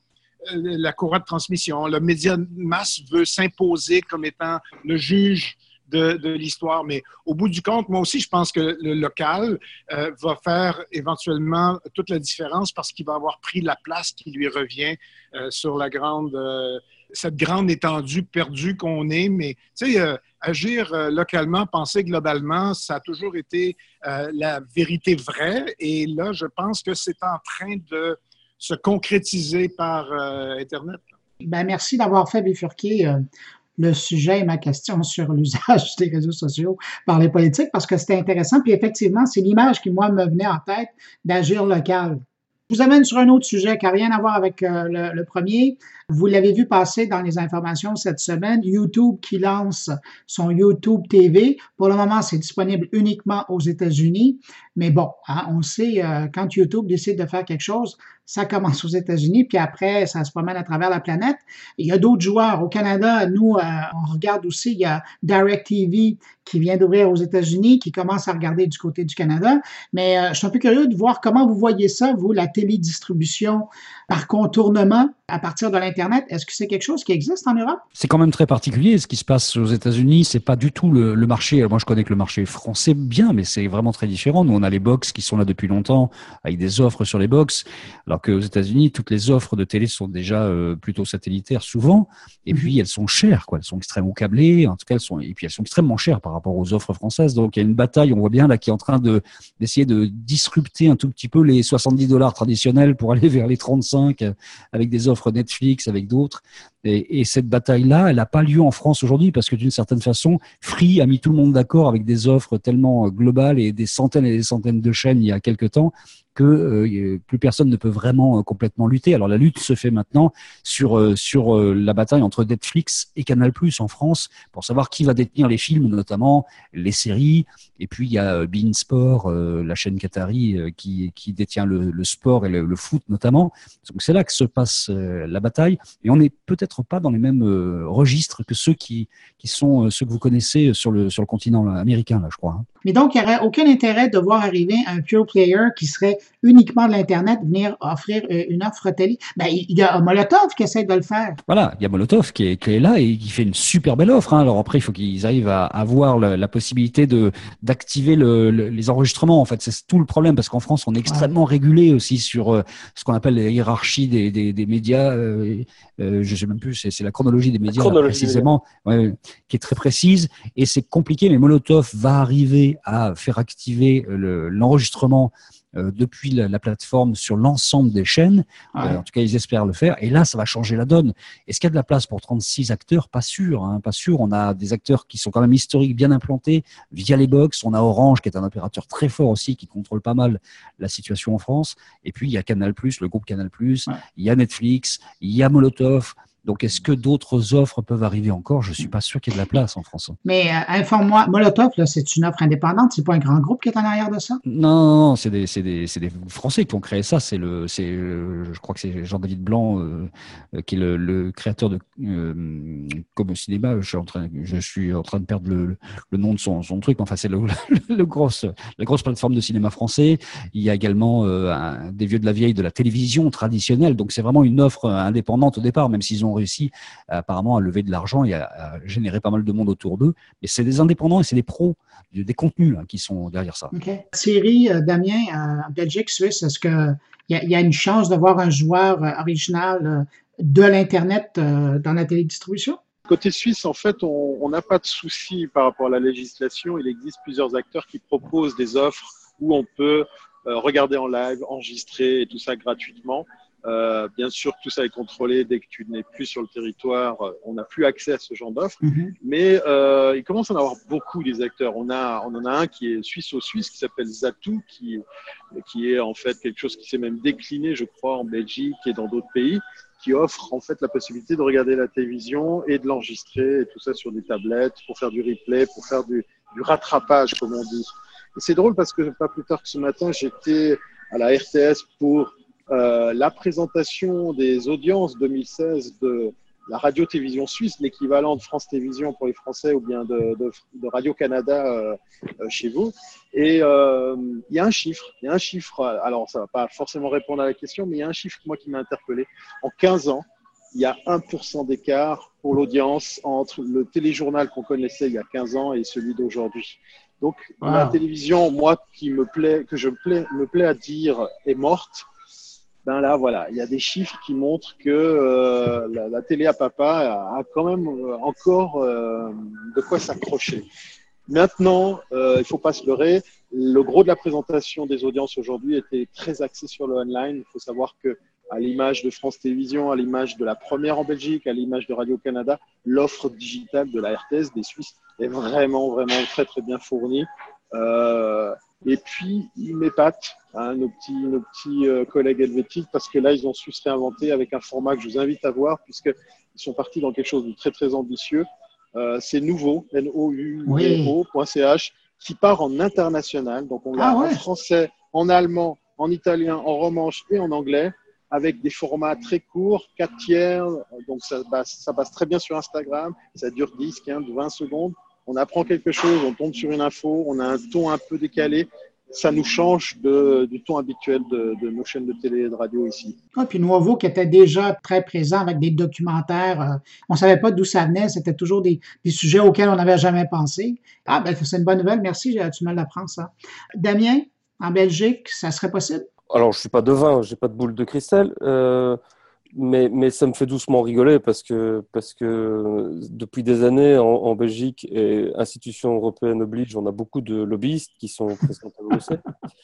la courroie de transmission. Le média de masse veut s'imposer comme étant le juge de, de l'histoire. Mais au bout du compte, moi aussi, je pense que le local euh, va faire éventuellement toute la différence parce qu'il va avoir pris la place qui lui revient euh, sur la grande, euh, cette grande étendue perdue qu'on est. Mais tu sais, euh, agir euh, localement, penser globalement, ça a toujours été euh, la vérité vraie. Et là, je pense que c'est en train de se concrétiser par euh, Internet. Ben, merci d'avoir fait bifurquer euh, le sujet et ma question sur l'usage des réseaux sociaux par les politiques parce que c'était intéressant. Puis effectivement, c'est l'image qui, moi, me venait en tête d'agir local. Je vous amène sur un autre sujet qui n'a rien à voir avec euh, le, le premier. Vous l'avez vu passer dans les informations cette semaine, YouTube qui lance son YouTube T V. Pour le moment, c'est disponible uniquement aux États-Unis. Mais bon, hein, on sait, euh, quand YouTube décide de faire quelque chose, ça commence aux États-Unis, puis après, ça se promène à travers la planète. Il y a d'autres joueurs. Au Canada, nous, euh, on regarde aussi, il y a DirecTV qui vient d'ouvrir aux États-Unis, qui commence à regarder du côté du Canada. Mais euh, je suis un peu curieux de voir comment vous voyez ça, vous, la télédistribution par contournement à partir de l'Internet. Est-ce que c'est quelque chose qui existe en Europe? C'est quand même très particulier. Ce qui se passe aux États-Unis, c'est pas du tout le, le marché. Moi, je connais que le marché français bien, mais c'est vraiment très différent. Nous, on a les box qui sont là depuis longtemps, avec des offres sur les box, alors qu'aux États-Unis, toutes les offres de télé sont déjà euh, plutôt satellitaires souvent, et puis elles sont chères, quoi. Elles sont extrêmement câblées, en tout cas, elles sont, et puis elles sont extrêmement chères par rapport aux offres françaises. Donc, il y a une bataille, on voit bien là, qui est en train de d'essayer de disrupter un tout petit peu les soixante-dix dollars traditionnels pour aller vers les trente-cinq, avec des offres Netflix, avec d'autres. Et, et cette bataille-là, elle n'a pas lieu en France aujourd'hui parce que d'une certaine façon, Free a mis tout le monde d'accord avec des offres tellement globales et des centaines et des centaines de chaînes il y a quelque temps que euh, plus personne ne peut vraiment euh, complètement lutter. Alors la lutte se fait maintenant sur euh, sur euh, la bataille entre Netflix et Canal+ en France pour savoir qui va détenir les films, notamment les séries. Et puis il y a euh, beIN Sport, euh, la chaîne qatari euh, qui qui détient le, le sport et le, le foot notamment. Donc c'est là que se passe euh, la bataille. Et on n'est peut-être pas dans les mêmes euh, registres que ceux qui qui sont euh, ceux que vous connaissez sur le sur le continent là, américain là, je crois. Hein. Mais donc, il n'y aurait aucun intérêt de voir arriver un pure player qui serait uniquement de l'Internet venir offrir une offre télé. Ben, il y a Molotov qui essaie de le faire. Voilà, il y a Molotov qui est, qui est là et qui fait une super belle offre. Hein. Alors après, il faut qu'ils arrivent à avoir la, la possibilité de d'activer le, le, les enregistrements. En fait, c'est tout le problème parce qu'en France, on est extrêmement ouais. régulé aussi sur euh, ce qu'on appelle la hiérarchie des, des, des médias. Euh, euh, je sais même plus, c'est, c'est la chronologie des médias chronologie là, précisément, des médias. Ouais, qui est très précise et c'est compliqué. Mais Molotov va arriver à faire activer le, l'enregistrement euh, depuis la, la plateforme sur l'ensemble des chaînes. Ouais. Euh, en tout cas, ils espèrent le faire. Et là, ça va changer la donne. Est-ce qu'il y a de la place pour trente-six acteurs? Pas sûr, hein, pas sûr. On a des acteurs qui sont quand même historiques, bien implantés via les box. On a Orange, qui est un opérateur très fort aussi, qui contrôle pas mal la situation en France. Et puis, il y a Canal+, le groupe Canal+, ouais. il y a Netflix, il y a Molotov. Donc, est-ce que d'autres offres peuvent arriver encore? Je ne suis pas sûr qu'il y ait de la place en France. Mais euh, informe-moi, Molotov, là, c'est une offre indépendante, c'est pas un grand groupe qui est en arrière de ça? Non, non, non, c'est des, c'est des, c'est des Français qui ont créé ça. C'est le, c'est, euh, je crois que c'est Jean-David Blanc euh, qui est le, le créateur de euh, Comme au cinéma. Je suis en train, je suis en train de perdre le, le nom de son, son truc. Enfin, c'est le, le, le grosse, la grosse plateforme de cinéma français. Il y a également euh, un, des vieux de la vieille de la télévision traditionnelle. Donc, c'est vraiment une offre indépendante au départ, même s'ils ont réussi apparemment à lever de l'argent et à, à générer pas mal de monde autour d'eux. Mais c'est des indépendants et c'est des pros, des contenus là, qui sont derrière ça. Okay. Thierry, euh, Damien, euh, Belgique, Suisse, est-ce qu'il y, y a une chance de voir un joueur euh, original euh, de l'Internet euh, dans la télédistribution? Côté suisse, en fait, on n'a pas de souci par rapport à la législation. Il existe plusieurs acteurs qui proposent des offres où on peut euh, regarder en live, enregistrer et tout ça gratuitement. Euh, bien sûr, tout ça est contrôlé. Dès que tu n'es plus sur le territoire, on n'a plus accès à ce genre d'offres. Mm-hmm. Mais euh, il commence à en avoir beaucoup des acteurs. On a, on en a un qui est suisse-au-suisse qui s'appelle Zatou, qui, qui est en fait quelque chose qui s'est même décliné, je crois, en Belgique et dans d'autres pays, qui offre en fait la possibilité de regarder la télévision et de l'enregistrer et tout ça sur des tablettes pour faire du replay, pour faire du, du rattrapage, comme on dit. Et c'est drôle parce que pas plus tard que ce matin, j'étais à la R T S pour Euh, la présentation des audiences deux mille seize de la radio-télévision suisse, l'équivalent de France Télévisions pour les Français ou bien de, de, de Radio-Canada euh, euh, chez vous. Et euh, il y a un chiffre, il y a un chiffre, alors ça ne va pas forcément répondre à la question, mais il y a un chiffre moi qui m'a interpellé. En quinze ans, il y a un pour cent d'écart pour l'audience entre le téléjournal qu'on connaissait il y a quinze ans et celui d'aujourd'hui. Donc wow. La télévision, moi qui me plaît, que je me plais, me plaît à dire est morte. Ben là, voilà, il y a des chiffres qui montrent que euh, la, la télé à papa a, a quand même euh, encore euh, de quoi s'accrocher. Maintenant, euh, il ne faut pas se leurrer, le gros de la présentation des audiences aujourd'hui était très axé sur le online. Il faut savoir que, à l'image de France Télévisions, à l'image de la première en Belgique, à l'image de Radio-Canada, l'offre digitale de la R T S des Suisses est vraiment, vraiment très, très bien fournie. Euh, Et puis, ils m'épatent, hein, nos petits, nos petits euh, collègues helvétiques, parce que là, ils ont su se réinventer avec un format que je vous invite à voir, puisqu'ils sont partis dans quelque chose de très, très ambitieux. Euh, c'est Nouveau, N O U V O point C H, qui part en international. Donc, on l'a Ah ouais. en français, en allemand, en italien, en romanche et en anglais, avec des formats très courts, quatre tiers. Donc, ça passe, ça passe très bien sur Instagram. Ça dure dix, quinze, vingt secondes. On apprend quelque chose, on tombe sur une info, on a un ton un peu décalé. Ça nous change de, du ton habituel de, de nos chaînes de télé et de radio ici. Ah, puis Nuovo qui était déjà très présent avec des documentaires. Euh, on savait pas d'où ça venait. C'était toujours des, des sujets auxquels on n'avait jamais pensé. Ah, ben, c'est une bonne nouvelle. Merci. Tu me l'apprends, ça. Damien, en Belgique, ça serait possible? Alors, je suis pas devin, j'ai pas de boule de cristal, euh, mais, mais ça me fait doucement rigoler parce que, parce que depuis des années, en, en Belgique, et institutions européennes oblige, on a beaucoup de lobbyistes qui sont présents à Bruxelles.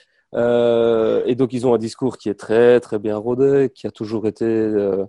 Euh, et donc, ils ont un discours qui est très, très bien rodé, qui a toujours été, euh,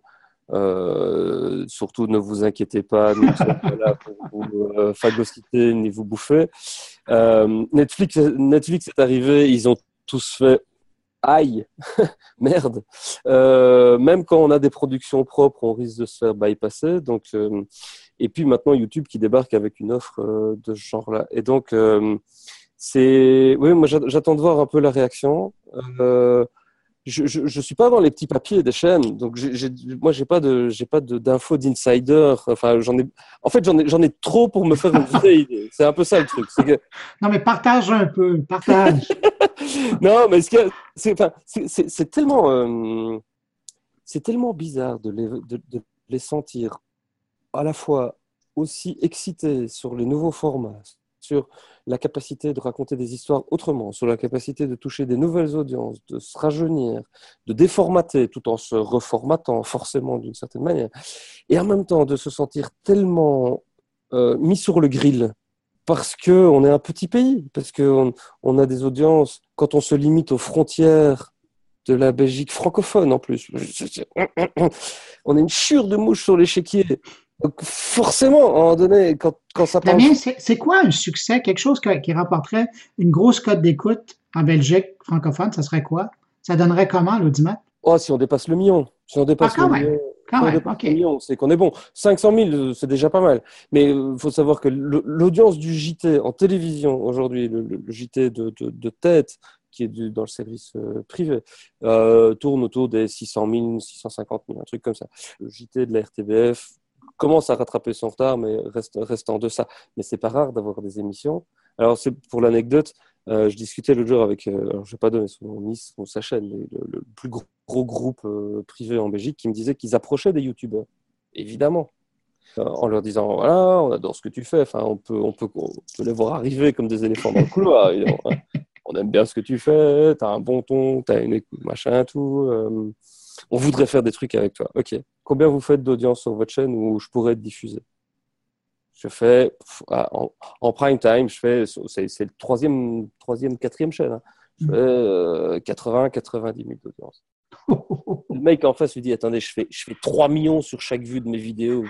euh, surtout ne vous inquiétez pas, nous ne sommes pas là pour vous euh, phagocyter ni vous bouffer. Euh, Netflix, Netflix est arrivé, ils ont tous fait aïe, merde. Euh, même quand on a des productions propres, on risque de se faire bypasser. Donc, euh, et puis maintenant, YouTube qui débarque avec une offre euh, de ce genre-là. Et donc, euh, c'est, oui, moi j'attends de voir un peu la réaction. Euh, je, je, je suis pas dans les petits papiers des chaînes, donc j'ai, j'ai, moi j'ai pas de, j'ai pas de, d'infos d'insider. Enfin, j'en ai, en fait, j'en ai, j'en ai trop pour me faire une vraie idée. C'est un peu ça le truc. C'est que... Non, mais partage un peu, partage. Non, mais ce que, c'est, enfin, c'est, c'est, c'est tellement, euh, c'est tellement bizarre de les, de, de les sentir à la fois aussi excités sur les nouveaux formats, sur la capacité de raconter des histoires autrement, sur la capacité de toucher des nouvelles audiences, de se rajeunir, de déformater tout en se reformatant forcément d'une certaine manière, et en même temps de se sentir tellement euh, mis sur le grill parce qu'on est un petit pays, parce qu'on on a des audiences, quand on se limite aux frontières de la Belgique francophone en plus, on a une chure de mouches sur l'échiquier. Donc forcément, à un moment donné, quand, quand ça parle... Damien, c'est, c'est quoi un succès? Quelque chose qui, qui rapporterait une grosse cote d'écoute en Belgique francophone, ça serait quoi? Ça donnerait comment, l'audimat? Oh, si on dépasse le million. Si on dépasse ah, quand le même. million, Quand si on même, dépasse OK. le million, c'est qu'on est bon. cinq cent mille, c'est déjà pas mal. Mais il euh, faut savoir que le, l'audience du J T en télévision aujourd'hui, le, le, le J T de, de, de tête, qui est du, dans le service euh, privé, euh, tourne autour des six cent mille, six cent cinquante mille, un truc comme ça. Le J T de la R T B F commence à rattraper son retard, mais reste, reste en deçà. Mais c'est pas rare d'avoir des émissions. Alors, c'est pour l'anecdote, euh, je discutais l'autre jour avec, euh, alors je vais pas donner son nom, ni son, sa chaîne, mais le, le plus gros, gros groupe euh, privé en Belgique qui me disait qu'ils approchaient des youtubeurs. Évidemment. Euh, en leur disant, voilà, on adore ce que tu fais. Enfin, on peut, on peut, on peut les voir arriver comme des éléphants dans le couloir. Évidemment, hein. On aime bien ce que tu fais, t'as un bon ton, t'as une écoute, machin, tout. Euh, on voudrait faire des trucs avec toi. Ok. Combien vous faites d'audience sur votre chaîne où je pourrais être diffusé? Je fais en, en prime time, je fais c'est, c'est le troisième, troisième, quatrième chaîne. Hein. Je fais euh, quatre-vingts, quatre-vingt-dix mille d'audience. Le mec en face lui dit attendez, je fais, je fais trois millions sur chaque vue de mes vidéos.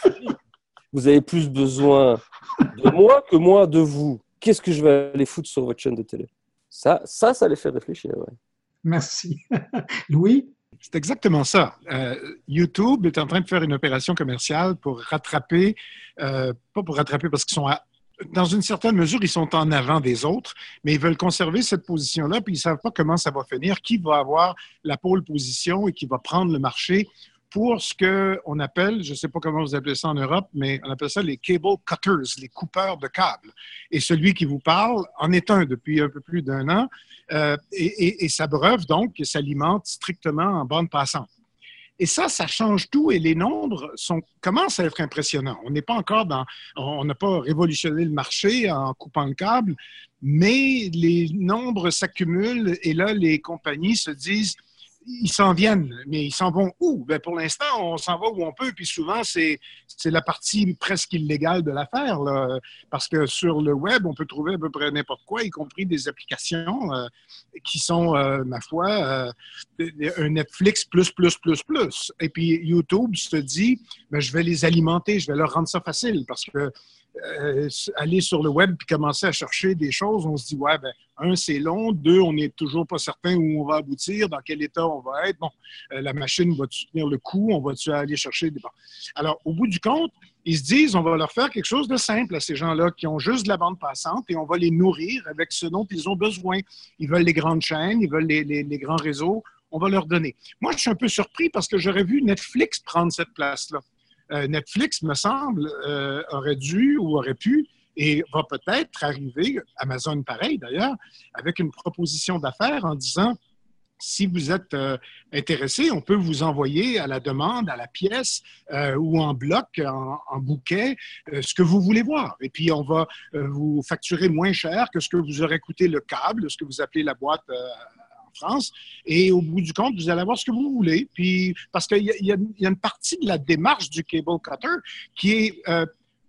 Vous avez plus besoin de moi que moi de vous. Qu'est-ce que je vais aller foutre sur votre chaîne de télé? Ça, ça, ça les fait réfléchir. Ouais. Merci. Louis? C'est exactement ça. Euh, YouTube est en train de faire une opération commerciale pour rattraper, euh, pas pour rattraper parce qu'ils sont, à, dans une certaine mesure, ils sont en avant des autres, mais ils veulent conserver cette position-là, puis ils ne savent pas comment ça va finir, qui va avoir la pole position et qui va prendre le marché pour ce qu'on appelle, je ne sais pas comment vous appelez ça en Europe, mais on appelle ça les cable cutters, les coupeurs de câbles. Et celui qui vous parle en est un depuis un peu plus d'un an. Euh, et, et, et s'abreuve donc, et s'alimente strictement en bande passante. Et ça, ça change tout et les nombres sont, commencent à être impressionnants. On n'est pas encore dans, on n'a pas révolutionné le marché en coupant le câble, mais les nombres s'accumulent et là, les compagnies se disent, ils s'en viennent, mais ils s'en vont où? Ben pour l'instant, on s'en va où on peut, puis souvent, c'est, c'est la partie presque illégale de l'affaire, là, parce que sur le web, on peut trouver à peu près n'importe quoi, y compris des applications euh, qui sont, euh, ma foi, euh, un Netflix plus, plus, plus, plus. Et puis YouTube se dit, ben, je vais les alimenter, je vais leur rendre ça facile, parce que Euh, aller sur le web puis commencer à chercher des choses, on se dit, ouais, ben, Un, c'est long. Deux, on n'est toujours pas certain où on va aboutir, dans quel état on va être. Bon, euh, la machine va tenir le coup, on va-tu aller chercher des... Bon. Alors, au bout du compte, ils se disent, on va leur faire quelque chose de simple à ces gens-là qui ont juste de la bande passante et on va les nourrir avec ce dont ils ont besoin. Ils veulent les grandes chaînes, ils veulent les, les, les grands réseaux, on va leur donner. Moi, je suis un peu surpris parce que j'aurais vu Netflix prendre cette place-là. Euh, Netflix, me semble, euh, aurait dû ou aurait pu et va peut-être arriver, Amazon pareil d'ailleurs, avec une proposition d'affaires en disant si vous êtes euh, intéressé, on peut vous envoyer à la demande, à la pièce euh, ou en bloc, en, en bouquet, euh, ce que vous voulez voir. Et puis, on va euh, vous facturer moins cher que ce que vous aurait coûté le câble, ce que vous appelez la boîte euh, en France. Et au bout du compte, vous allez avoir ce que vous voulez. Puis, parce qu'il y, y, y a une partie de la démarche du cable cutter qui est... Euh,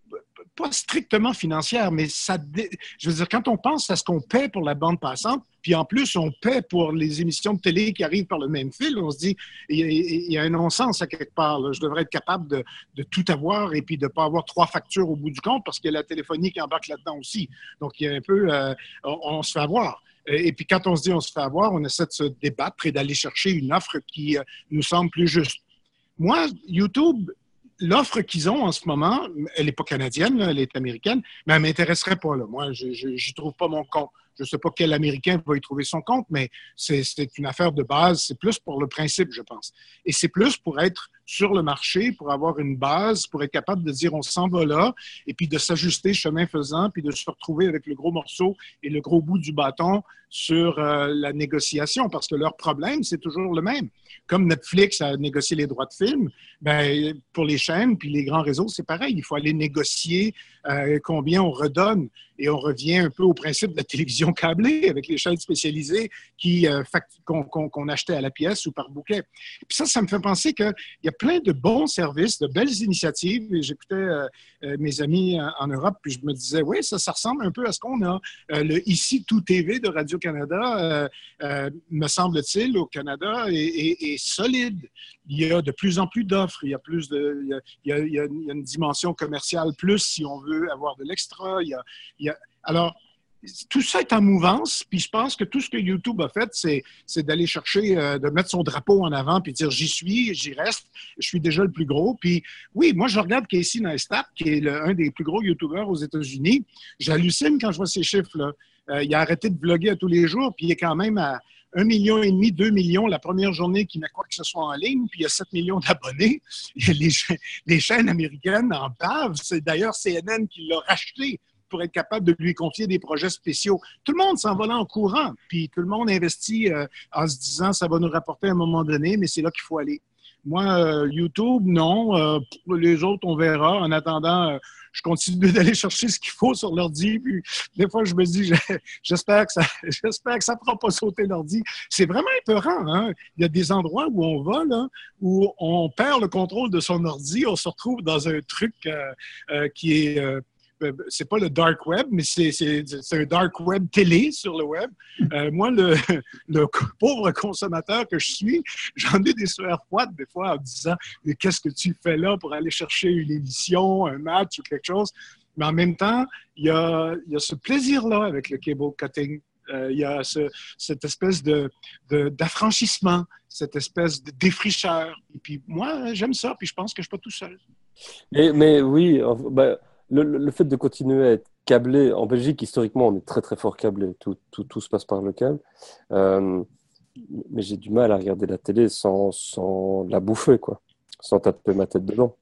pas strictement financière, mais ça, dé... je veux dire, quand on pense à ce qu'on paie pour la bande passante, puis en plus, on paie pour les émissions de télé qui arrivent par le même fil, on se dit, il y a, il y a un non-sens à quelque part. Là. Je devrais être capable de, de tout avoir et puis de ne pas avoir trois factures au bout du compte parce qu'il y a la téléphonie qui embarque là-dedans aussi. Donc, il y a un peu, euh, on, on se fait avoir. Et puis, quand on se dit on se fait avoir, on essaie de se débattre et d'aller chercher une offre qui euh, nous semble plus juste. Moi, YouTube... L'offre qu'ils ont en ce moment, elle n'est pas canadienne, là, elle est américaine, mais elle ne m'intéresserait pas. Là. Moi, je n'y trouve pas mon compte. Je ne sais pas quel Américain va y trouver son compte, mais c'est, c'est une affaire de base. C'est plus pour le principe, je pense. Et c'est plus pour être sur le marché, pour avoir une base, pour être capable de dire on s'en va là, et puis de s'ajuster chemin faisant, puis de se retrouver avec le gros morceau et le gros bout du bâton sur euh, la négociation, parce que leur problème, c'est toujours le même. Comme Netflix a négocié les droits de film, ben, pour les chaînes puis les grands réseaux, c'est pareil. Il faut aller négocier euh, combien on redonne. Et on revient un peu au principe de la télévision câblée avec les chaînes spécialisées qui, euh, fact- qu'on, qu'on, qu'on achetait à la pièce ou par bouquet. Puis ça, ça me fait penser qu'il y a plein de bons services, de belles initiatives. Et j'écoutais euh, euh, mes amis en, en Europe, puis je me disais, oui, ça, ça ressemble un peu à ce qu'on a. Euh, le Ici Tout T V de Radio-Canada, euh, euh, me semble-t-il, au Canada, est, est, est solide. Il y a de plus en plus d'offres. Il y a plus de, il y a, il y a, il y a une dimension commerciale plus si on veut avoir de l'extra. Il y a, il y a, alors, tout ça est en mouvance, puis je pense que tout ce que YouTube a fait, c'est, c'est d'aller chercher, euh, de mettre son drapeau en avant, puis dire j'y suis, j'y reste, je suis déjà le plus gros. Puis oui, moi je regarde Casey Neistat, qui est le, un des plus gros YouTubeurs aux États-Unis. J'hallucine quand je vois ces chiffres-là. Euh, il a arrêté de vlogger à tous les jours, puis il est quand même à un million et demi, deux millions la première journée qu'il met quoi que ce soit en ligne, puis il y a sept millions d'abonnés. Les, les chaînes américaines en bavent. C'est d'ailleurs C N N qui l'a racheté pour être capable de lui confier des projets spéciaux. Tout le monde s'en va là en courant, puis tout le monde investit euh, en se disant ça va nous rapporter à un moment donné, mais c'est là qu'il faut aller. Moi, euh, YouTube, non. Euh, les autres, on verra. En attendant, euh, je continue d'aller chercher ce qu'il faut sur l'ordi. Puis des fois, je me dis, j'espère que ça j'espère que ça ne fera pas sauter l'ordi. C'est vraiment épeurant. Hein? Il y a des endroits où on va, là, où on perd le contrôle de son ordi. On se retrouve dans un truc euh, euh, qui est... Euh, c'est pas le dark web, mais c'est, c'est, c'est un dark web télé sur le web. Euh, moi, le, le pauvre consommateur que je suis, j'en ai des sueurs froides des fois en me disant « Mais qu'est-ce que tu fais là pour aller chercher une émission, un match ou quelque chose? » Mais en même temps, il y a, il y a ce plaisir-là avec le cable cutting. Euh, il y a ce, cette espèce de, de, d'affranchissement, cette espèce de défricheur. Et puis moi, j'aime ça, puis je pense que je ne suis pas tout seul. Mais, mais oui, bah, le, le fait de continuer à être câblé, en Belgique, historiquement, on est très très fort câblé, tout, tout, tout se passe par le câble. Euh, mais j'ai du mal à regarder la télé sans, sans la bouffer, quoi, sans taper ma tête dedans.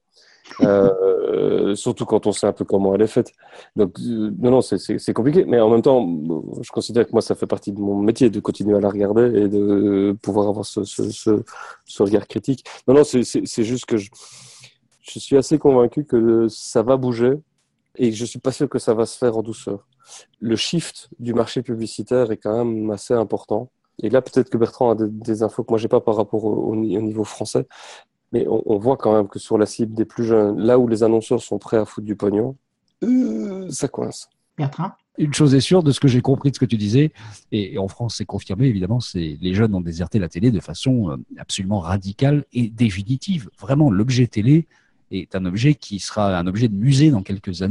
Euh, surtout quand on sait un peu comment elle est faite. Donc, euh, non, non, c'est, c'est, c'est compliqué. Mais en même temps, je considère que moi, ça fait partie de mon métier de continuer à la regarder et de pouvoir avoir ce, ce, ce, ce regard critique. Non, non, c'est, c'est, c'est juste que je, je suis assez convaincu que ça va bouger et je suis pas sûr que ça va se faire en douceur. Le shift du marché publicitaire est quand même assez important. Et là, peut-être que Bertrand a des, des infos que moi, j'ai pas par rapport au, au niveau français. Mais on, on voit quand même que sur la cible des plus jeunes, là où les annonceurs sont prêts à foutre du pognon, euh, ça coince. Bertrand ? Une chose est sûre de ce que j'ai compris de ce que tu disais, et, et en France c'est confirmé évidemment, c'est les jeunes ont déserté la télé de façon absolument radicale et définitive. Vraiment, l'objet télé est un objet qui sera un objet de musée dans quelques années,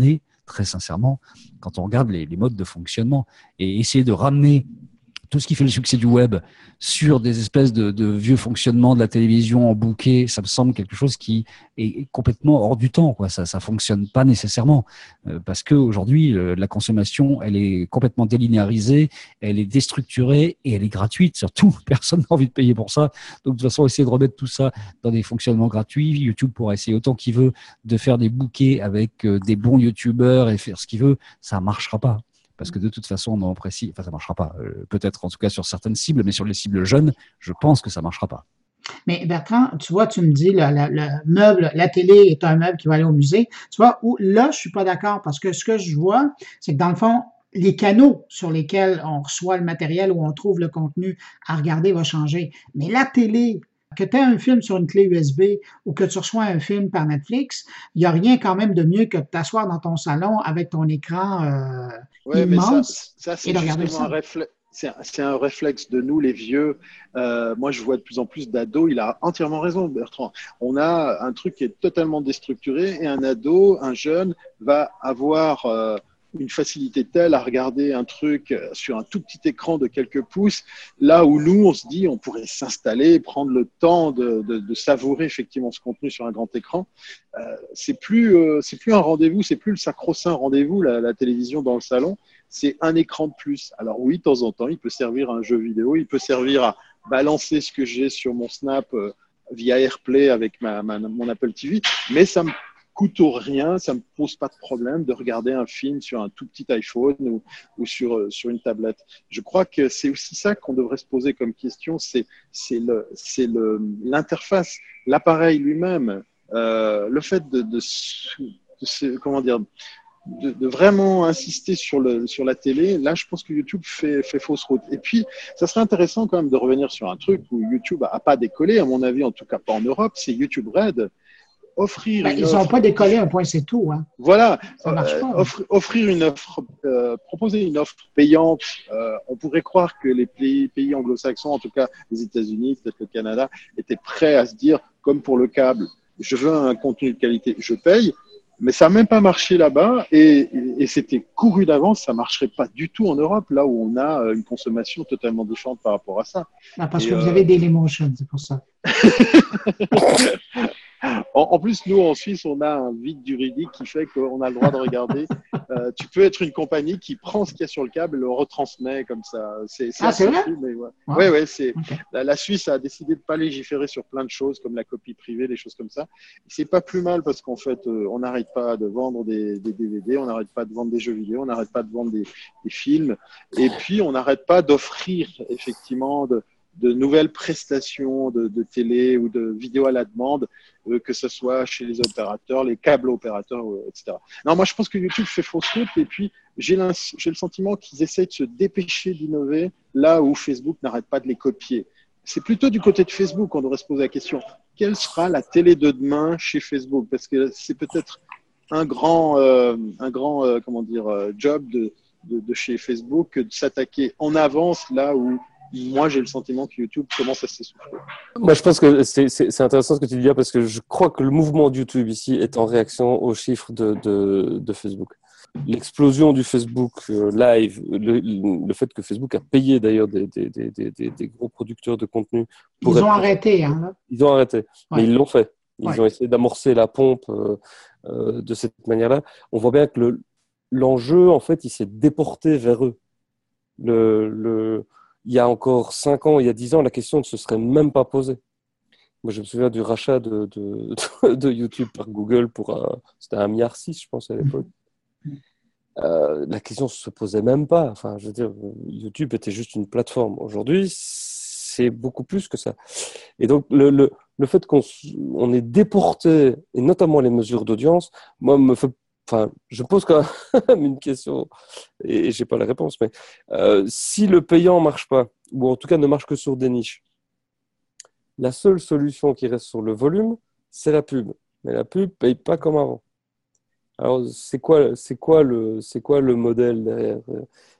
très sincèrement, quand on regarde les, les modes de fonctionnement et essayer de ramener tout ce qui fait le succès du web sur des espèces de, de vieux fonctionnements de la télévision en bouquet, ça me semble quelque chose qui est complètement hors du temps, quoi. Ça, ça fonctionne pas nécessairement euh, parce que aujourd'hui, euh, la consommation, elle est complètement délinéarisée, elle est déstructurée et elle est gratuite. Surtout, personne n'a envie de payer pour ça. Donc, de toute façon, essayer de remettre tout ça dans des fonctionnements gratuits. YouTube pourra essayer autant qu'il veut de faire des bouquets avec euh, des bons YouTubeurs et faire ce qu'il veut, ça marchera pas. Parce que de toute façon, on en précis, enfin, ça marchera pas. Euh, peut-être en tout cas sur certaines cibles, mais sur les cibles jeunes, je pense que ça marchera pas. Mais Bertrand, tu vois, tu me dis le, le, le meuble, la télé est un meuble qui va aller au musée. Tu vois, où, là, je suis pas d'accord parce que ce que je vois, c'est que dans le fond, les canaux sur lesquels on reçoit le matériel ou on trouve le contenu à regarder va changer. Mais la télé, que tu aies un film sur une clé U S B ou que tu reçois un film par Netflix, il n'y a rien quand même de mieux que de t'asseoir dans ton salon avec ton écran euh, ouais, immense mais ça, ça et c'est de regarder justement ça. un réflexe. C'est un, c'est un réflexe de nous, les vieux. Euh, moi, je vois de plus en plus d'ados. Il a entièrement raison, Bertrand. On a un truc qui est totalement déstructuré et un ado, un jeune, va avoir euh, une facilité telle à regarder un truc sur un tout petit écran de quelques pouces, là où nous, on se dit, on pourrait s'installer, prendre le temps de, de, de savourer effectivement ce contenu sur un grand écran. Euh, c'est plus, euh, c'est plus un rendez-vous, c'est plus le sacro-saint rendez-vous, la, la télévision dans le salon. C'est un écran de plus. Alors oui, de temps en temps, il peut servir à un jeu vidéo, il peut servir à balancer ce que j'ai sur mon Snap euh, via AirPlay avec ma, ma, mon Apple T V, mais ça me coûte rien, ça me pose pas de problème de regarder un film sur un tout petit iPhone ou, ou sur, euh, sur une tablette. Je crois que c'est aussi ça qu'on devrait se poser comme question, c'est, c'est, le, c'est le, l'interface, l'appareil lui-même, euh, le fait de, de, de, de comment dire, De, de vraiment insister sur, le, sur la télé, là, je pense que YouTube fait, fait fausse route. Et puis, ça serait intéressant quand même de revenir sur un truc où YouTube a pas décollé, à mon avis, en tout cas pas en Europe, c'est YouTube Red. Offrir Ben, une ils offre. n'ont pas décollé un point, c'est tout. Hein. Voilà, Ça marche euh, pas. offre, offrir une offre, euh, proposer une offre payante. Euh, on pourrait croire que les pays, pays anglo-saxons, en tout cas les États-Unis, peut-être le Canada, étaient prêts à se dire, comme pour le câble, je veux un contenu de qualité, je paye. Mais ça n'a même pas marché là-bas et, et, et c'était couru d'avance, ça ne marcherait pas du tout en Europe, là où on a une consommation totalement différente par rapport à ça. Ah, parce et que euh... vous avez Dailymotion, c'est pour ça. en, en plus, nous, en Suisse, on a un vide juridique qui fait qu'on a le droit de regarder. Euh, tu peux être une compagnie qui prend ce qu'il y a sur le câble et le retransmet comme ça. C'est, c'est ah, c'est vrai? fou, mais ouais. Wow. Ouais, ouais, c'est, okay. la, la Suisse a décidé de ne pas légiférer sur plein de choses comme la copie privée, des choses comme ça. C'est pas plus mal parce qu'en fait, euh, on n'arrête pas de vendre des, des D V D, on n'arrête pas de vendre des jeux vidéo, on n'arrête pas de vendre des, des films. Et puis, on n'arrête pas d'offrir effectivement de, de nouvelles prestations de, de télé ou de vidéo à la demande, euh, que ce soit chez les opérateurs, les câbles opérateurs, euh, et cetera. Non, moi, je pense que YouTube fait fausse route et puis j'ai, j'ai le sentiment qu'ils essayent de se dépêcher d'innover là où Facebook n'arrête pas de les copier. C'est plutôt du côté de Facebook qu'on devrait se poser la question. Quelle sera la télé de demain chez Facebook? Parce que c'est peut-être un grand, euh, un grand euh, comment dire, euh, job de, de, de chez Facebook que de s'attaquer en avance là où moi, j'ai le sentiment que YouTube commence à s'essouffler. Moi, je pense que c'est, c'est, c'est intéressant ce que tu dis là parce que je crois que le mouvement de YouTube ici est en réaction aux chiffres de, de, de Facebook. L'explosion du Facebook euh, Live, le, le fait que Facebook a payé d'ailleurs des, des, des, des, des gros producteurs de contenu. Pour ils être... ont arrêté. Hein, là. Ils ont arrêté, ouais. Mais ils l'ont fait. Ils ouais. ont essayé d'amorcer la pompe euh, euh, de cette manière-là. On voit bien que le, l'enjeu, en fait, il s'est déporté vers eux. Le... le Il y a encore cinq ans, il y a dix ans, la question ne se serait même pas posée. Moi, je me souviens du rachat de, de, de YouTube par Google pour un, c'était un milliard six, je pense, à l'époque. Euh, la question ne se posait même pas. Enfin, je veux dire, YouTube était juste une plateforme. Aujourd'hui, c'est beaucoup plus que ça. Et donc, le, le, le fait qu'on on ait déporté, et notamment les mesures d'audience, moi, me fait Enfin, je pose quand même une question et j'ai pas la réponse, mais euh, si le payant marche pas, ou en tout cas ne marche que sur des niches, la seule solution qui reste sur le volume, c'est la pub. Mais la pub paye pas comme avant. Alors, c'est quoi, c'est quoi le, c'est quoi le modèle derrière?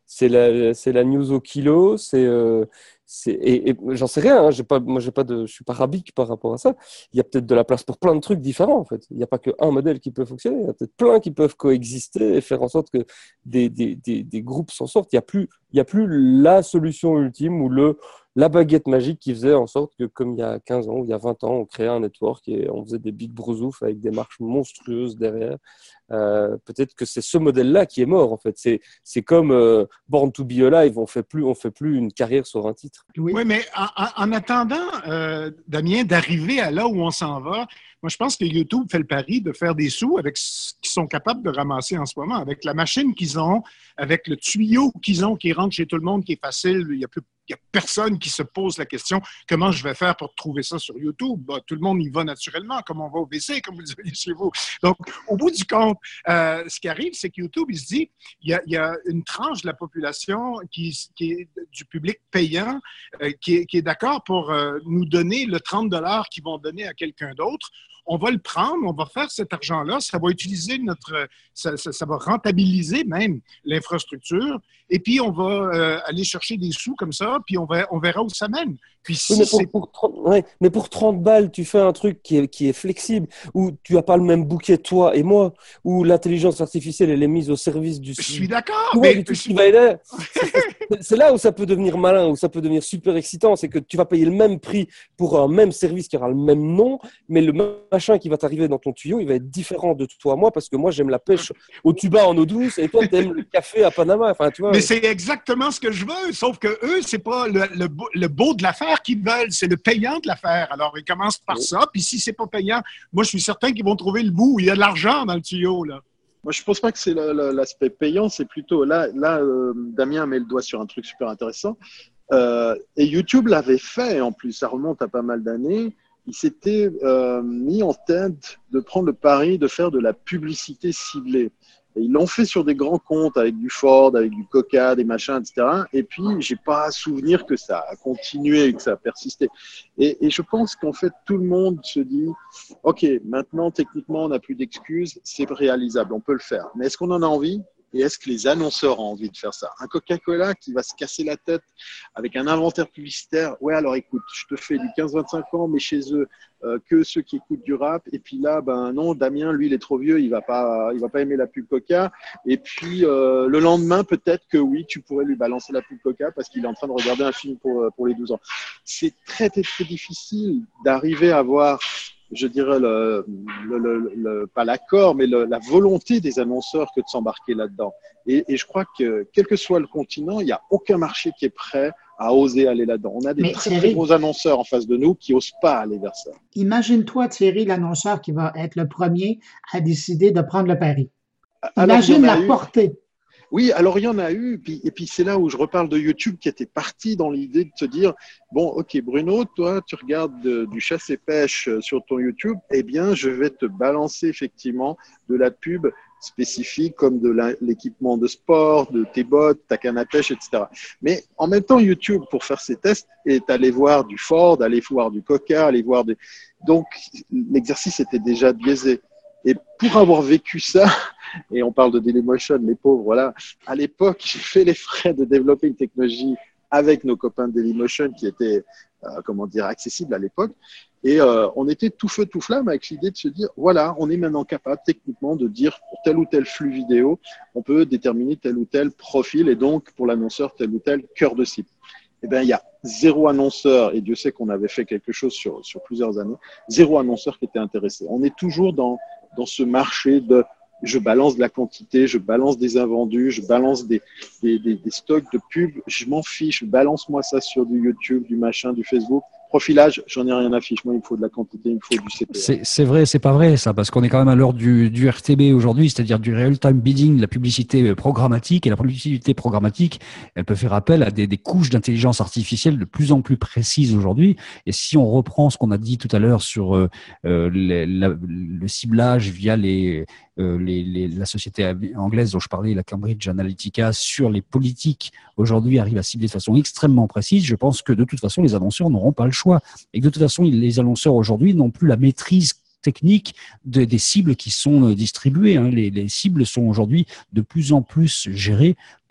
c'est la, c'est la news au kilo, c'est, euh, c'est et, et j'en sais rien. Hein, j'ai pas, moi, j'ai pas de, je suis pas rabique par rapport à ça. Il y a peut-être de la place pour plein de trucs différents en fait. Il n'y a pas qu'un modèle qui peut fonctionner. Il y a peut-être plein qui peuvent coexister et faire en sorte que des, des, des, des groupes s'en sortent. Il y a plus, il y a plus la solution ultime ou le la baguette magique qui faisait en sorte que, comme il y a quinze ans ou il y a vingt ans, on créait un network et on faisait des big brousouf avec des marches monstrueuses derrière. Euh, peut-être que c'est ce modèle-là qui est mort, en fait. C'est, c'est comme euh, Born to be Alive, on fait plus, on fait plus une carrière sur un titre. Oui, oui mais en, en attendant, euh, Damien, d'arriver à là où on s'en va, moi, je pense que YouTube fait le pari de faire des sous avec ce qu'ils sont capables de ramasser en ce moment, avec la machine qu'ils ont, avec le tuyau qu'ils ont qui rentre chez tout le monde, qui est facile. Il n'y a plus Il n'y a personne qui se pose la question « Comment je vais faire pour trouver ça sur YouTube? » bah, tout le monde y va naturellement, comme on va au W C, comme vous disiez chez vous. Donc, au bout du compte, euh, ce qui arrive, c'est que YouTube, il se dit il y a, il y a une tranche de la population qui, qui est du public payant euh, qui, est, qui est d'accord pour euh, nous donner le trente dollars qu'ils vont donner à quelqu'un d'autre. On va le prendre, on va faire cet argent-là, ça va utiliser notre, ça, ça, ça va rentabiliser même l'infrastructure, et puis on va euh, aller chercher des sous comme ça, puis on, va, on verra où ça mène. Puis si oui, mais, pour, c'est... pour trente, ouais, mais pour trente balles, tu fais un truc qui est, qui est flexible, où tu n'as pas le même bouquet, toi et moi, où l'intelligence artificielle elle est mise au service du... Je suis d'accord, tout mais... tout ce qui va aider. C'est, c'est là où ça peut devenir malin, où ça peut devenir super excitant, c'est que tu vas payer le même prix pour un même service qui aura le même nom, mais le machin qui va t'arriver dans ton tuyau, il va être différent de toi, moi, parce que moi, j'aime la pêche au tuba en eau douce, et toi, tu aimes le café à Panama. Enfin, tu vois. Mais c'est exactement ce que je veux, sauf que eux, c'est pas le, le, le beau de l'affaire qu'ils veulent, c'est le payant de l'affaire. Alors, ils commencent par oui. ça, puis si c'est pas payant, moi, je suis certain qu'ils vont trouver le bout où il y a de l'argent dans le tuyau, là. Moi, je ne pense pas que c'est le, le, l'aspect payant, c'est plutôt là, là euh, Damien met le doigt sur un truc super intéressant. Euh, et YouTube l'avait fait, en plus, ça remonte à pas mal d'années. Il s'était euh, mis en tête de prendre le pari de faire de la publicité ciblée. Et ils l'ont fait sur des grands comptes avec du Ford, avec du Coca, des machins, et cetera. Et puis, j'ai pas à souvenir que ça a continué, que ça a persisté. Et, et je pense qu'en fait, tout le monde se dit, OK, maintenant, techniquement, on n'a plus d'excuses, c'est réalisable, on peut le faire. Mais est-ce qu'on en a envie ? Et est-ce que les annonceurs ont envie de faire ça ? Un Coca-Cola qui va se casser la tête avec un inventaire publicitaire. Ouais, alors écoute, je te fais du quinze vingt-cinq ans, mais chez eux, euh, que ceux qui écoutent du rap. Et puis là, ben non, Damien, lui, il est trop vieux, il va pas, il va pas aimer la pub Coca. Et puis euh, le lendemain, peut-être que oui, tu pourrais lui balancer la pub Coca parce qu'il est en train de regarder un film pour pour les douze ans. C'est très très, très difficile d'arriver à avoir, je dirais, le, le, le, le, pas l'accord, mais le, la volonté des annonceurs que de s'embarquer là-dedans. Et, et je crois que, quel que soit le continent, il n'y a aucun marché qui est prêt à oser aller là-dedans. On a des mais très, Thierry, très gros annonceurs en face de nous qui n'osent pas aller vers ça. Imagine-toi, Thierry, l'annonceur qui va être le premier à décider de prendre le pari. Imagine la eu... portée. Oui, alors il y en a eu, puis, et puis c'est là où je reparle de YouTube qui était parti dans l'idée de se dire, bon, ok Bruno, toi tu regardes de, du chasse et pêche sur ton YouTube, eh bien je vais te balancer effectivement de la pub spécifique comme de la, l'équipement de sport, de tes bottes, ta canne à pêche, et cetera. Mais en même temps, YouTube, pour faire ses tests, est allé voir du Ford, aller voir du Coca, aller voir des... Donc l'exercice était déjà biaisé. Et pour avoir vécu ça, et on parle de Dailymotion, les pauvres, voilà, à l'époque, j'ai fait les frais de développer une technologie avec nos copains de Dailymotion qui étaient, euh, comment dire, accessibles à l'époque. Et euh, on était tout feu, tout flamme avec l'idée de se dire, voilà, on est maintenant capable techniquement de dire pour tel ou tel flux vidéo, on peut déterminer tel ou tel profil et donc pour l'annonceur, tel ou tel cœur de cible. Eh bien, il y a zéro annonceur, et Dieu sait qu'on avait fait quelque chose sur, sur plusieurs années, zéro annonceur qui était intéressé. On est toujours dans, dans ce marché de je balance de la quantité, je balance des invendus, je balance des, des, des, des stocks de pubs, je m'en fiche, balance-moi ça sur du YouTube, du machin, du Facebook. Profilage, j'en ai rien à fiche. Moi, il me faut de la quantité, il me faut du C P A. C'est, c'est vrai, c'est pas vrai, ça, parce qu'on est quand même à l'heure du, du R T B aujourd'hui, c'est-à-dire du real-time bidding, la publicité programmatique. Et la publicité programmatique, elle peut faire appel à des, des couches d'intelligence artificielle de plus en plus précises aujourd'hui. Et si on reprend ce qu'on a dit tout à l'heure sur euh, les, la, le ciblage via les, euh, les, les, la société anglaise dont je parlais, la Cambridge Analytica, sur les politiques, aujourd'hui arrive à cibler de façon extrêmement précise, je pense que de toute façon, les annonceurs n'auront pas le choix. Et que de toute façon, les annonceurs aujourd'hui n'ont plus la maîtrise technique de, des cibles qui sont distribuées. Hein. Les, les cibles sont aujourd'hui de plus en plus gérées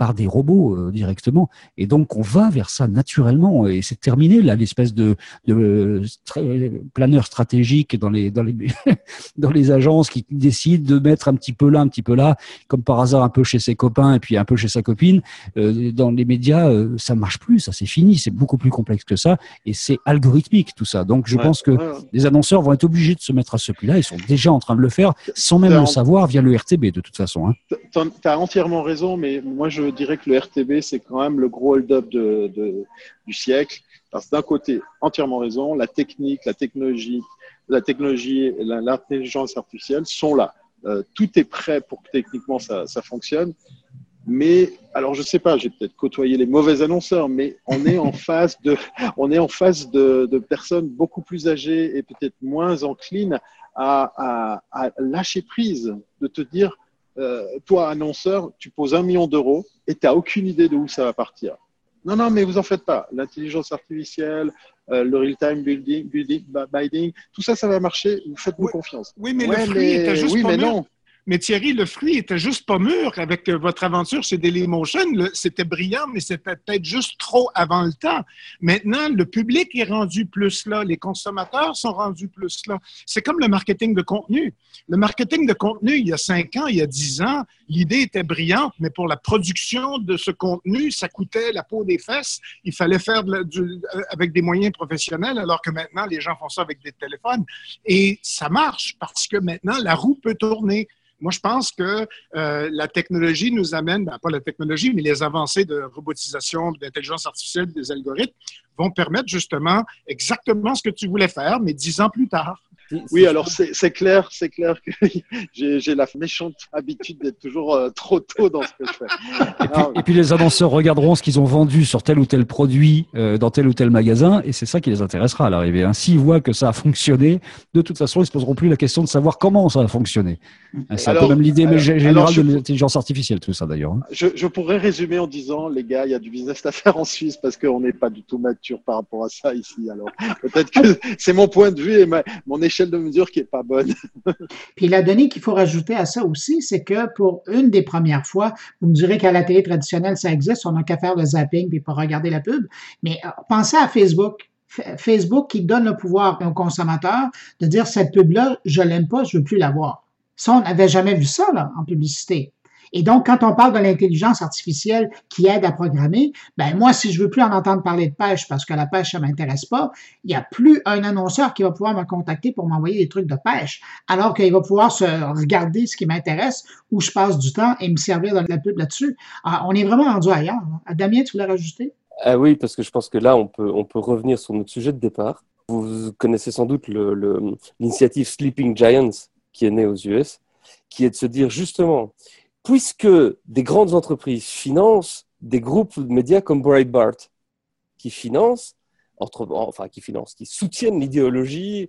par des robots euh, directement. Et donc, on va vers ça naturellement. Et c'est terminé, là, l'espèce de, de stra- planeur stratégique dans les, dans les, dans les agences qui décident de mettre un petit peu là, un petit peu là, comme par hasard un peu chez ses copains et puis un peu chez sa copine. Euh, dans les médias, euh, ça marche plus, ça c'est fini. C'est beaucoup plus complexe que ça. Et c'est algorithmique, tout ça. Donc, je Ouais, pense que ouais. les annonceurs vont être obligés de se mettre à ce prix-là. Ils sont déjà en train de le faire sans même le savoir via le R T B, de toute façon. Hein. Tu as entièrement raison, mais moi je dirais que le R T B, c'est quand même le gros hold-up de, de, du siècle. Parce que d'un côté, entièrement raison, la technique, la technologie, la technologie et la, l'intelligence artificielle sont là. Euh, tout est prêt pour que techniquement ça, ça fonctionne. Mais, alors je sais pas, j'ai peut-être côtoyé les mauvais annonceurs, mais on est en face de, on est en face de, de personnes beaucoup plus âgées et peut-être moins enclines à, à, à lâcher prise, de te dire, euh, toi annonceur, tu poses un million d'euros et tu n'as aucune idée de où ça va partir. Non, non, mais vous en faites pas. L'intelligence artificielle, euh, le real-time building, building, binding, tout ça, ça va marcher. Faites-nous oui, confiance. Oui, mais ouais, le fruit mais... était juste oui, pas mais mûr. non. Mais Thierry, le fruit était juste pas mûr avec votre aventure chez Dailymotion. Le, c'était brillant, mais c'était peut-être juste trop avant le temps. Maintenant, le public est rendu plus là. Les consommateurs sont rendus plus là. C'est comme le marketing de contenu. Le marketing de contenu, il y a cinq ans, il y a dix ans, l'idée était brillante, mais pour la production de ce contenu, ça coûtait la peau des fesses. Il fallait faire de la, du, avec des moyens professionnels, alors que maintenant, les gens font ça avec des téléphones. Et ça marche parce que maintenant, la roue peut tourner. Moi, je pense que euh, la technologie nous amène, ben, pas la technologie, mais les avancées de robotisation, d'intelligence artificielle, des algorithmes vont permettre justement exactement ce que tu voulais faire, mais dix ans plus tard. Oui, alors c'est, c'est clair, c'est clair que j'ai, j'ai la méchante habitude d'être toujours euh, trop tôt dans ce que je fais. Et puis, et puis les annonceurs regarderont ce qu'ils ont vendu sur tel ou tel produit euh, dans tel ou tel magasin, et c'est ça qui les intéressera à l'arrivée. Hein. S'ils voient que ça a fonctionné, de toute façon, ils se poseront plus la question de savoir comment ça a fonctionné. C'est alors, un peu même l'idée alors, générale alors je, de l'intelligence artificielle, tout ça d'ailleurs. Hein. Je, je pourrais résumer en disant, les gars, il y a du business à faire en Suisse parce qu'on n'est pas du tout mature par rapport à ça ici. Alors peut-être que c'est mon point de vue et ma, mon échelle de mesure qui est pas bonne. Puis la donnée qu'il faut rajouter à ça aussi, c'est que pour une des premières fois, vous me direz qu'à la télé traditionnelle, ça existe, on n'a qu'à faire le zapping puis pas regarder la pub, mais euh, pensez à Facebook. F- Facebook qui donne le pouvoir aux consommateurs de dire cette pub-là, je l'aime pas, je veux plus la voir. Ça, on n'avait jamais vu ça là, en publicité. Et donc, quand on parle de l'intelligence artificielle qui aide à programmer, ben moi, si je veux plus en entendre parler de pêche parce que la pêche, ça m'intéresse pas, il n'y a plus un annonceur qui va pouvoir me contacter pour m'envoyer des trucs de pêche, alors qu'il va pouvoir se regarder ce qui m'intéresse, où je passe du temps et me servir de la pub là-dessus. Alors, on est vraiment rendu ailleurs. Damien, tu voulais rajouter? Ah oui, parce que je pense que là, on peut, on peut revenir sur notre sujet de départ. Vous connaissez sans doute le, le, l'initiative Sleeping Giants qui est née aux U S, qui est de se dire justement, puisque des grandes entreprises financent des groupes de médias comme Breitbart, qui financent, entre, enfin qui financent, qui soutiennent l'idéologie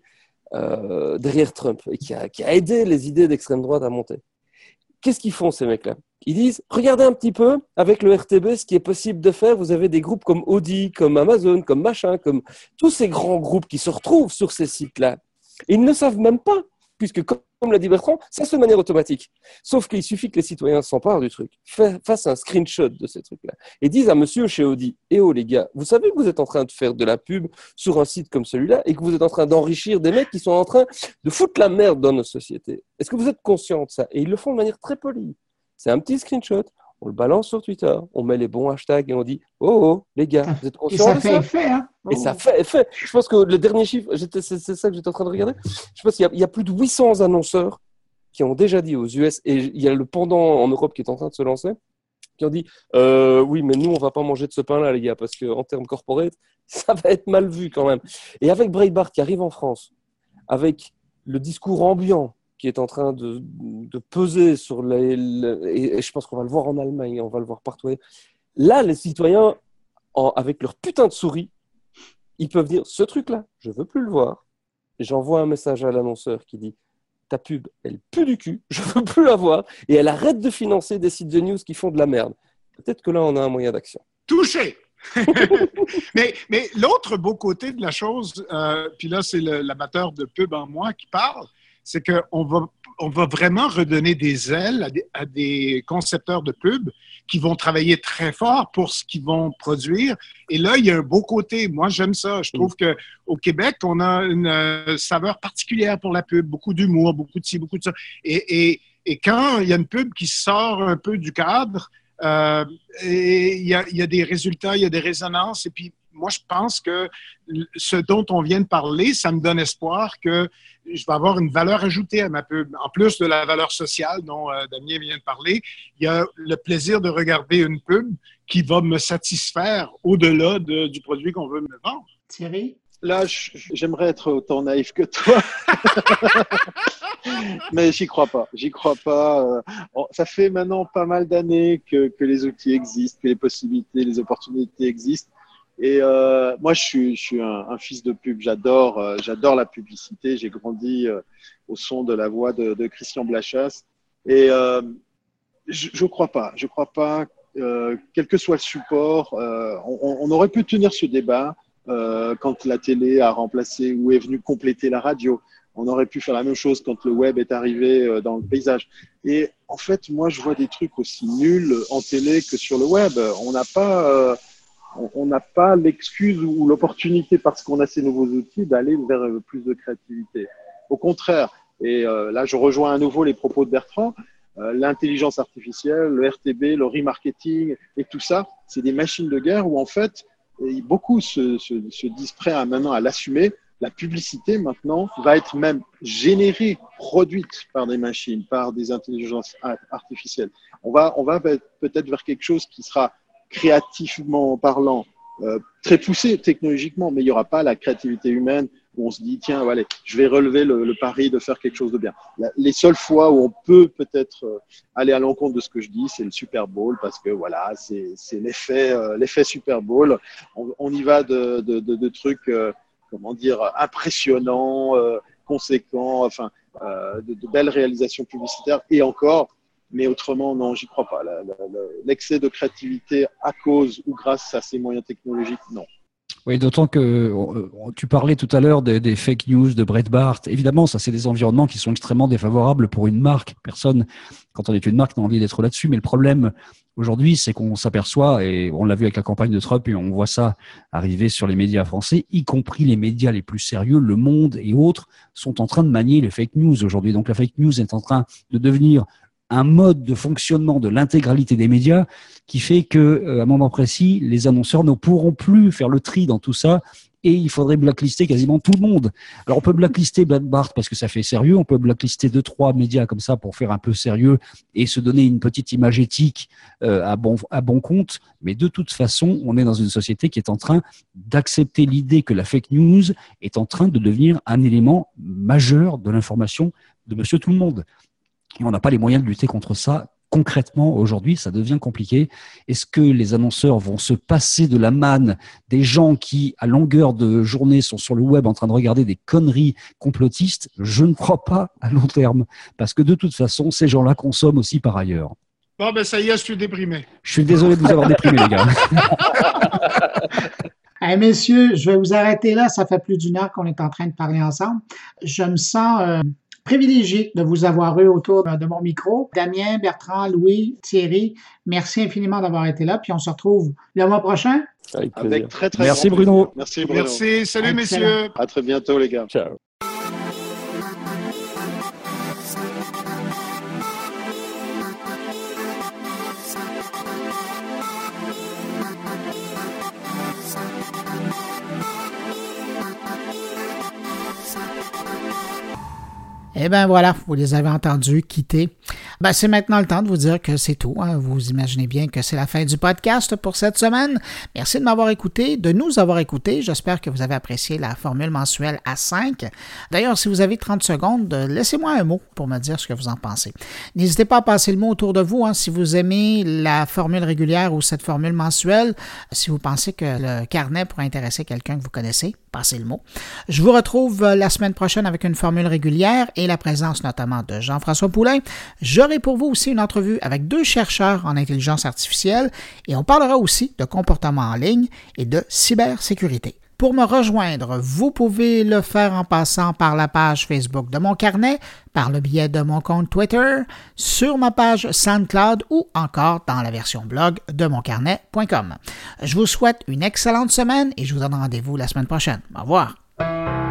euh, derrière Trump et qui a, qui a aidé les idées d'extrême droite à monter. Qu'est-ce qu'ils font ces mecs-là ? Ils disent, regardez un petit peu avec le R T B ce qui est possible de faire. Vous avez des groupes comme Audi, comme Amazon, comme machin, comme tous ces grands groupes qui se retrouvent sur ces sites-là. Et ils ne savent même pas, puisque comme l'a dit Bertrand, ça se fait de manière automatique. Sauf qu'il suffit que les citoyens s'emparent du truc, fassent un screenshot de ces trucs-là et disent à monsieur chez Audi, eh oh les gars, vous savez que vous êtes en train de faire de la pub sur un site comme celui-là et que vous êtes en train d'enrichir des mecs qui sont en train de foutre la merde dans nos sociétés. Est-ce que vous êtes conscient de ça ? Et ils le font de manière très polie. C'est un petit screenshot, on le balance sur Twitter, on met les bons hashtags et on dit « Oh, oh, les gars, vous êtes conscients de ça ?» Et ça fait effet, hein? Et ça fait effet. Je pense que le dernier chiffre, c'est, c'est ça que j'étais en train de regarder, je pense qu'il y a, il y a plus de huit cents annonceurs qui ont déjà dit aux U S, et il y a le pendant en Europe qui est en train de se lancer, qui ont dit euh, « Oui, mais nous, on ne va pas manger de ce pain-là, les gars, parce qu'en termes corporate, ça va être mal vu quand même. » Et avec Breitbart qui arrive en France, avec le discours ambiant, qui est en train de, de peser sur les, les… Et je pense qu'on va le voir en Allemagne, on va le voir partout. Là, les citoyens, en, avec leur putain de souris, ils peuvent dire, ce truc-là, je ne veux plus le voir. Et j'envoie un message à l'annonceur qui dit, ta pub, elle pue du cul, je ne veux plus la voir. Et elle arrête de financer des sites de news qui font de la merde. Peut-être que là, on a un moyen d'action. Touché! mais, mais l'autre beau côté de la chose, euh, puis là, c'est le, l'amateur de pub en moi qui parle, c'est qu'on va, on va vraiment redonner des ailes à des, à des concepteurs de pub qui vont travailler très fort pour ce qu'ils vont produire. Et là, il y a un beau côté. Moi, j'aime ça. Je trouve qu'au Québec, on a une euh, saveur particulière pour la pub, beaucoup d'humour, beaucoup de ci, beaucoup de ça. Et, et, et quand il y a une pub qui sort un peu du cadre, euh, et il y a, il y a des résultats, il y a des résonances. Et puis, moi, je pense que ce dont on vient de parler, ça me donne espoir que je vais avoir une valeur ajoutée à ma pub. En plus de la valeur sociale dont euh, Damien vient de parler, il y a le plaisir de regarder une pub qui va me satisfaire au-delà de, du produit qu'on veut me vendre. Thierry? Là, j'aimerais être autant naïf que toi. Mais j'y crois pas. J'y crois pas. Ça fait maintenant pas mal d'années que, que les outils existent, que les possibilités, les opportunités existent. Et euh, moi, je suis, je suis un, un fils de pub. J'adore, euh, j'adore la publicité. J'ai grandi euh, au son de la voix de, de Christian Blachas. Et euh, je, je crois pas. Je crois pas. Euh, quel que soit le support, euh, on, on aurait pu tenir ce débat euh, quand la télé a remplacé ou est venue compléter la radio. On aurait pu faire la même chose quand le web est arrivé euh, dans le paysage. Et en fait, moi, je vois des trucs aussi nuls en télé que sur le web. On n'a pas euh, on n'a pas l'excuse ou l'opportunité, parce qu'on a ces nouveaux outils, d'aller vers plus de créativité. Au contraire, et euh, là je rejoins à nouveau les propos de Bertrand, euh, l'intelligence artificielle, le R T B, le remarketing et tout ça, c'est des machines de guerre où en fait, beaucoup se, se, se disent prêts à, maintenant à l'assumer. La publicité maintenant va être même générée, produite par des machines, par des intelligences artificielles. On va, on va peut-être vers quelque chose qui sera créativement parlant, euh, très poussé technologiquement, mais il n'y aura pas la créativité humaine où on se dit, tiens, allez, je vais relever le, le pari de faire quelque chose de bien. La, les seules fois où on peut peut-être euh, aller à l'encontre de ce que je dis, c'est le Super Bowl, parce que voilà, c'est, c'est l'effet, euh, l'effet Super Bowl. On, on y va de, de, de, de trucs, euh, comment dire, impressionnants, euh, conséquents, enfin, euh, de, de belles réalisations publicitaires, et encore. Mais autrement, non, j'y crois pas. La, la, la, l'excès de créativité à cause ou grâce à ces moyens technologiques, non. Oui, d'autant que tu parlais tout à l'heure des, des fake news de Breitbart. Évidemment, ça, c'est des environnements qui sont extrêmement défavorables pour une marque. Personne, quand on est une marque, n'a envie d'être là-dessus. Mais le problème aujourd'hui, c'est qu'on s'aperçoit, et on l'a vu avec la campagne de Trump, et on voit ça arriver sur les médias français, y compris les médias les plus sérieux, Le Monde et autres, sont en train de manier les fake news aujourd'hui. Donc la fake news est en train de devenir un mode de fonctionnement de l'intégralité des médias qui fait que, euh, à un moment précis, les annonceurs ne pourront plus faire le tri dans tout ça et il faudrait blacklister quasiment tout le monde. Alors on peut blacklister Breitbart parce que ça fait sérieux, on peut blacklister deux trois médias comme ça pour faire un peu sérieux et se donner une petite image éthique euh, à bon à bon compte, mais de toute façon, on est dans une société qui est en train d'accepter l'idée que la fake news est en train de devenir un élément majeur de l'information de monsieur tout le monde. Et on n'a pas les moyens de lutter contre ça. Concrètement, aujourd'hui, ça devient compliqué. Est-ce que les annonceurs vont se passer de la manne des gens qui, à longueur de journée, sont sur le web en train de regarder des conneries complotistes? Je ne crois pas à long terme. Parce que de toute façon, ces gens-là consomment aussi par ailleurs. Bon, ben ça y est, je suis déprimé. Je suis désolé de vous avoir déprimé, les gars. Hey, messieurs, je vais vous arrêter là. Ça fait plus d'une heure qu'on est en train de parler ensemble. Je me sens... Euh... privilégié de vous avoir eu autour de mon micro. Damien, Bertrand, Louis, Thierry, merci infiniment d'avoir été là. Puis on se retrouve le mois prochain. Avec, Avec très, très Merci Bruno. Merci Bruno. Merci. Salut, Excellent. messieurs. À très bientôt, les gars. Ciao. Eh bien voilà, vous les avez entendus quitter. Ben, c'est maintenant le temps de vous dire que c'est tout. Hein. Vous imaginez bien que c'est la fin du podcast pour cette semaine. Merci de m'avoir écouté, de nous avoir écoutés. J'espère que vous avez apprécié la formule mensuelle à cinq. D'ailleurs, si vous avez trente secondes, laissez-moi un mot pour me dire ce que vous en pensez. N'hésitez pas à passer le mot autour de vous. Hein, si vous aimez la formule régulière ou cette formule mensuelle, si vous pensez que le carnet pourrait intéresser quelqu'un que vous connaissez, passez le mot. Je vous retrouve la semaine prochaine avec une formule régulière et la présence notamment de Jean-François Poulain. J'aurai pour vous aussi une entrevue avec deux chercheurs en intelligence artificielle et on parlera aussi de comportement en ligne et de cybersécurité. Pour me rejoindre, vous pouvez le faire en passant par la page Facebook de Mon Carnet, par le biais de mon compte Twitter, sur ma page SoundCloud ou encore dans la version blog de mon carnet point com. Je vous souhaite une excellente semaine et je vous donne rendez-vous la semaine prochaine. Au revoir.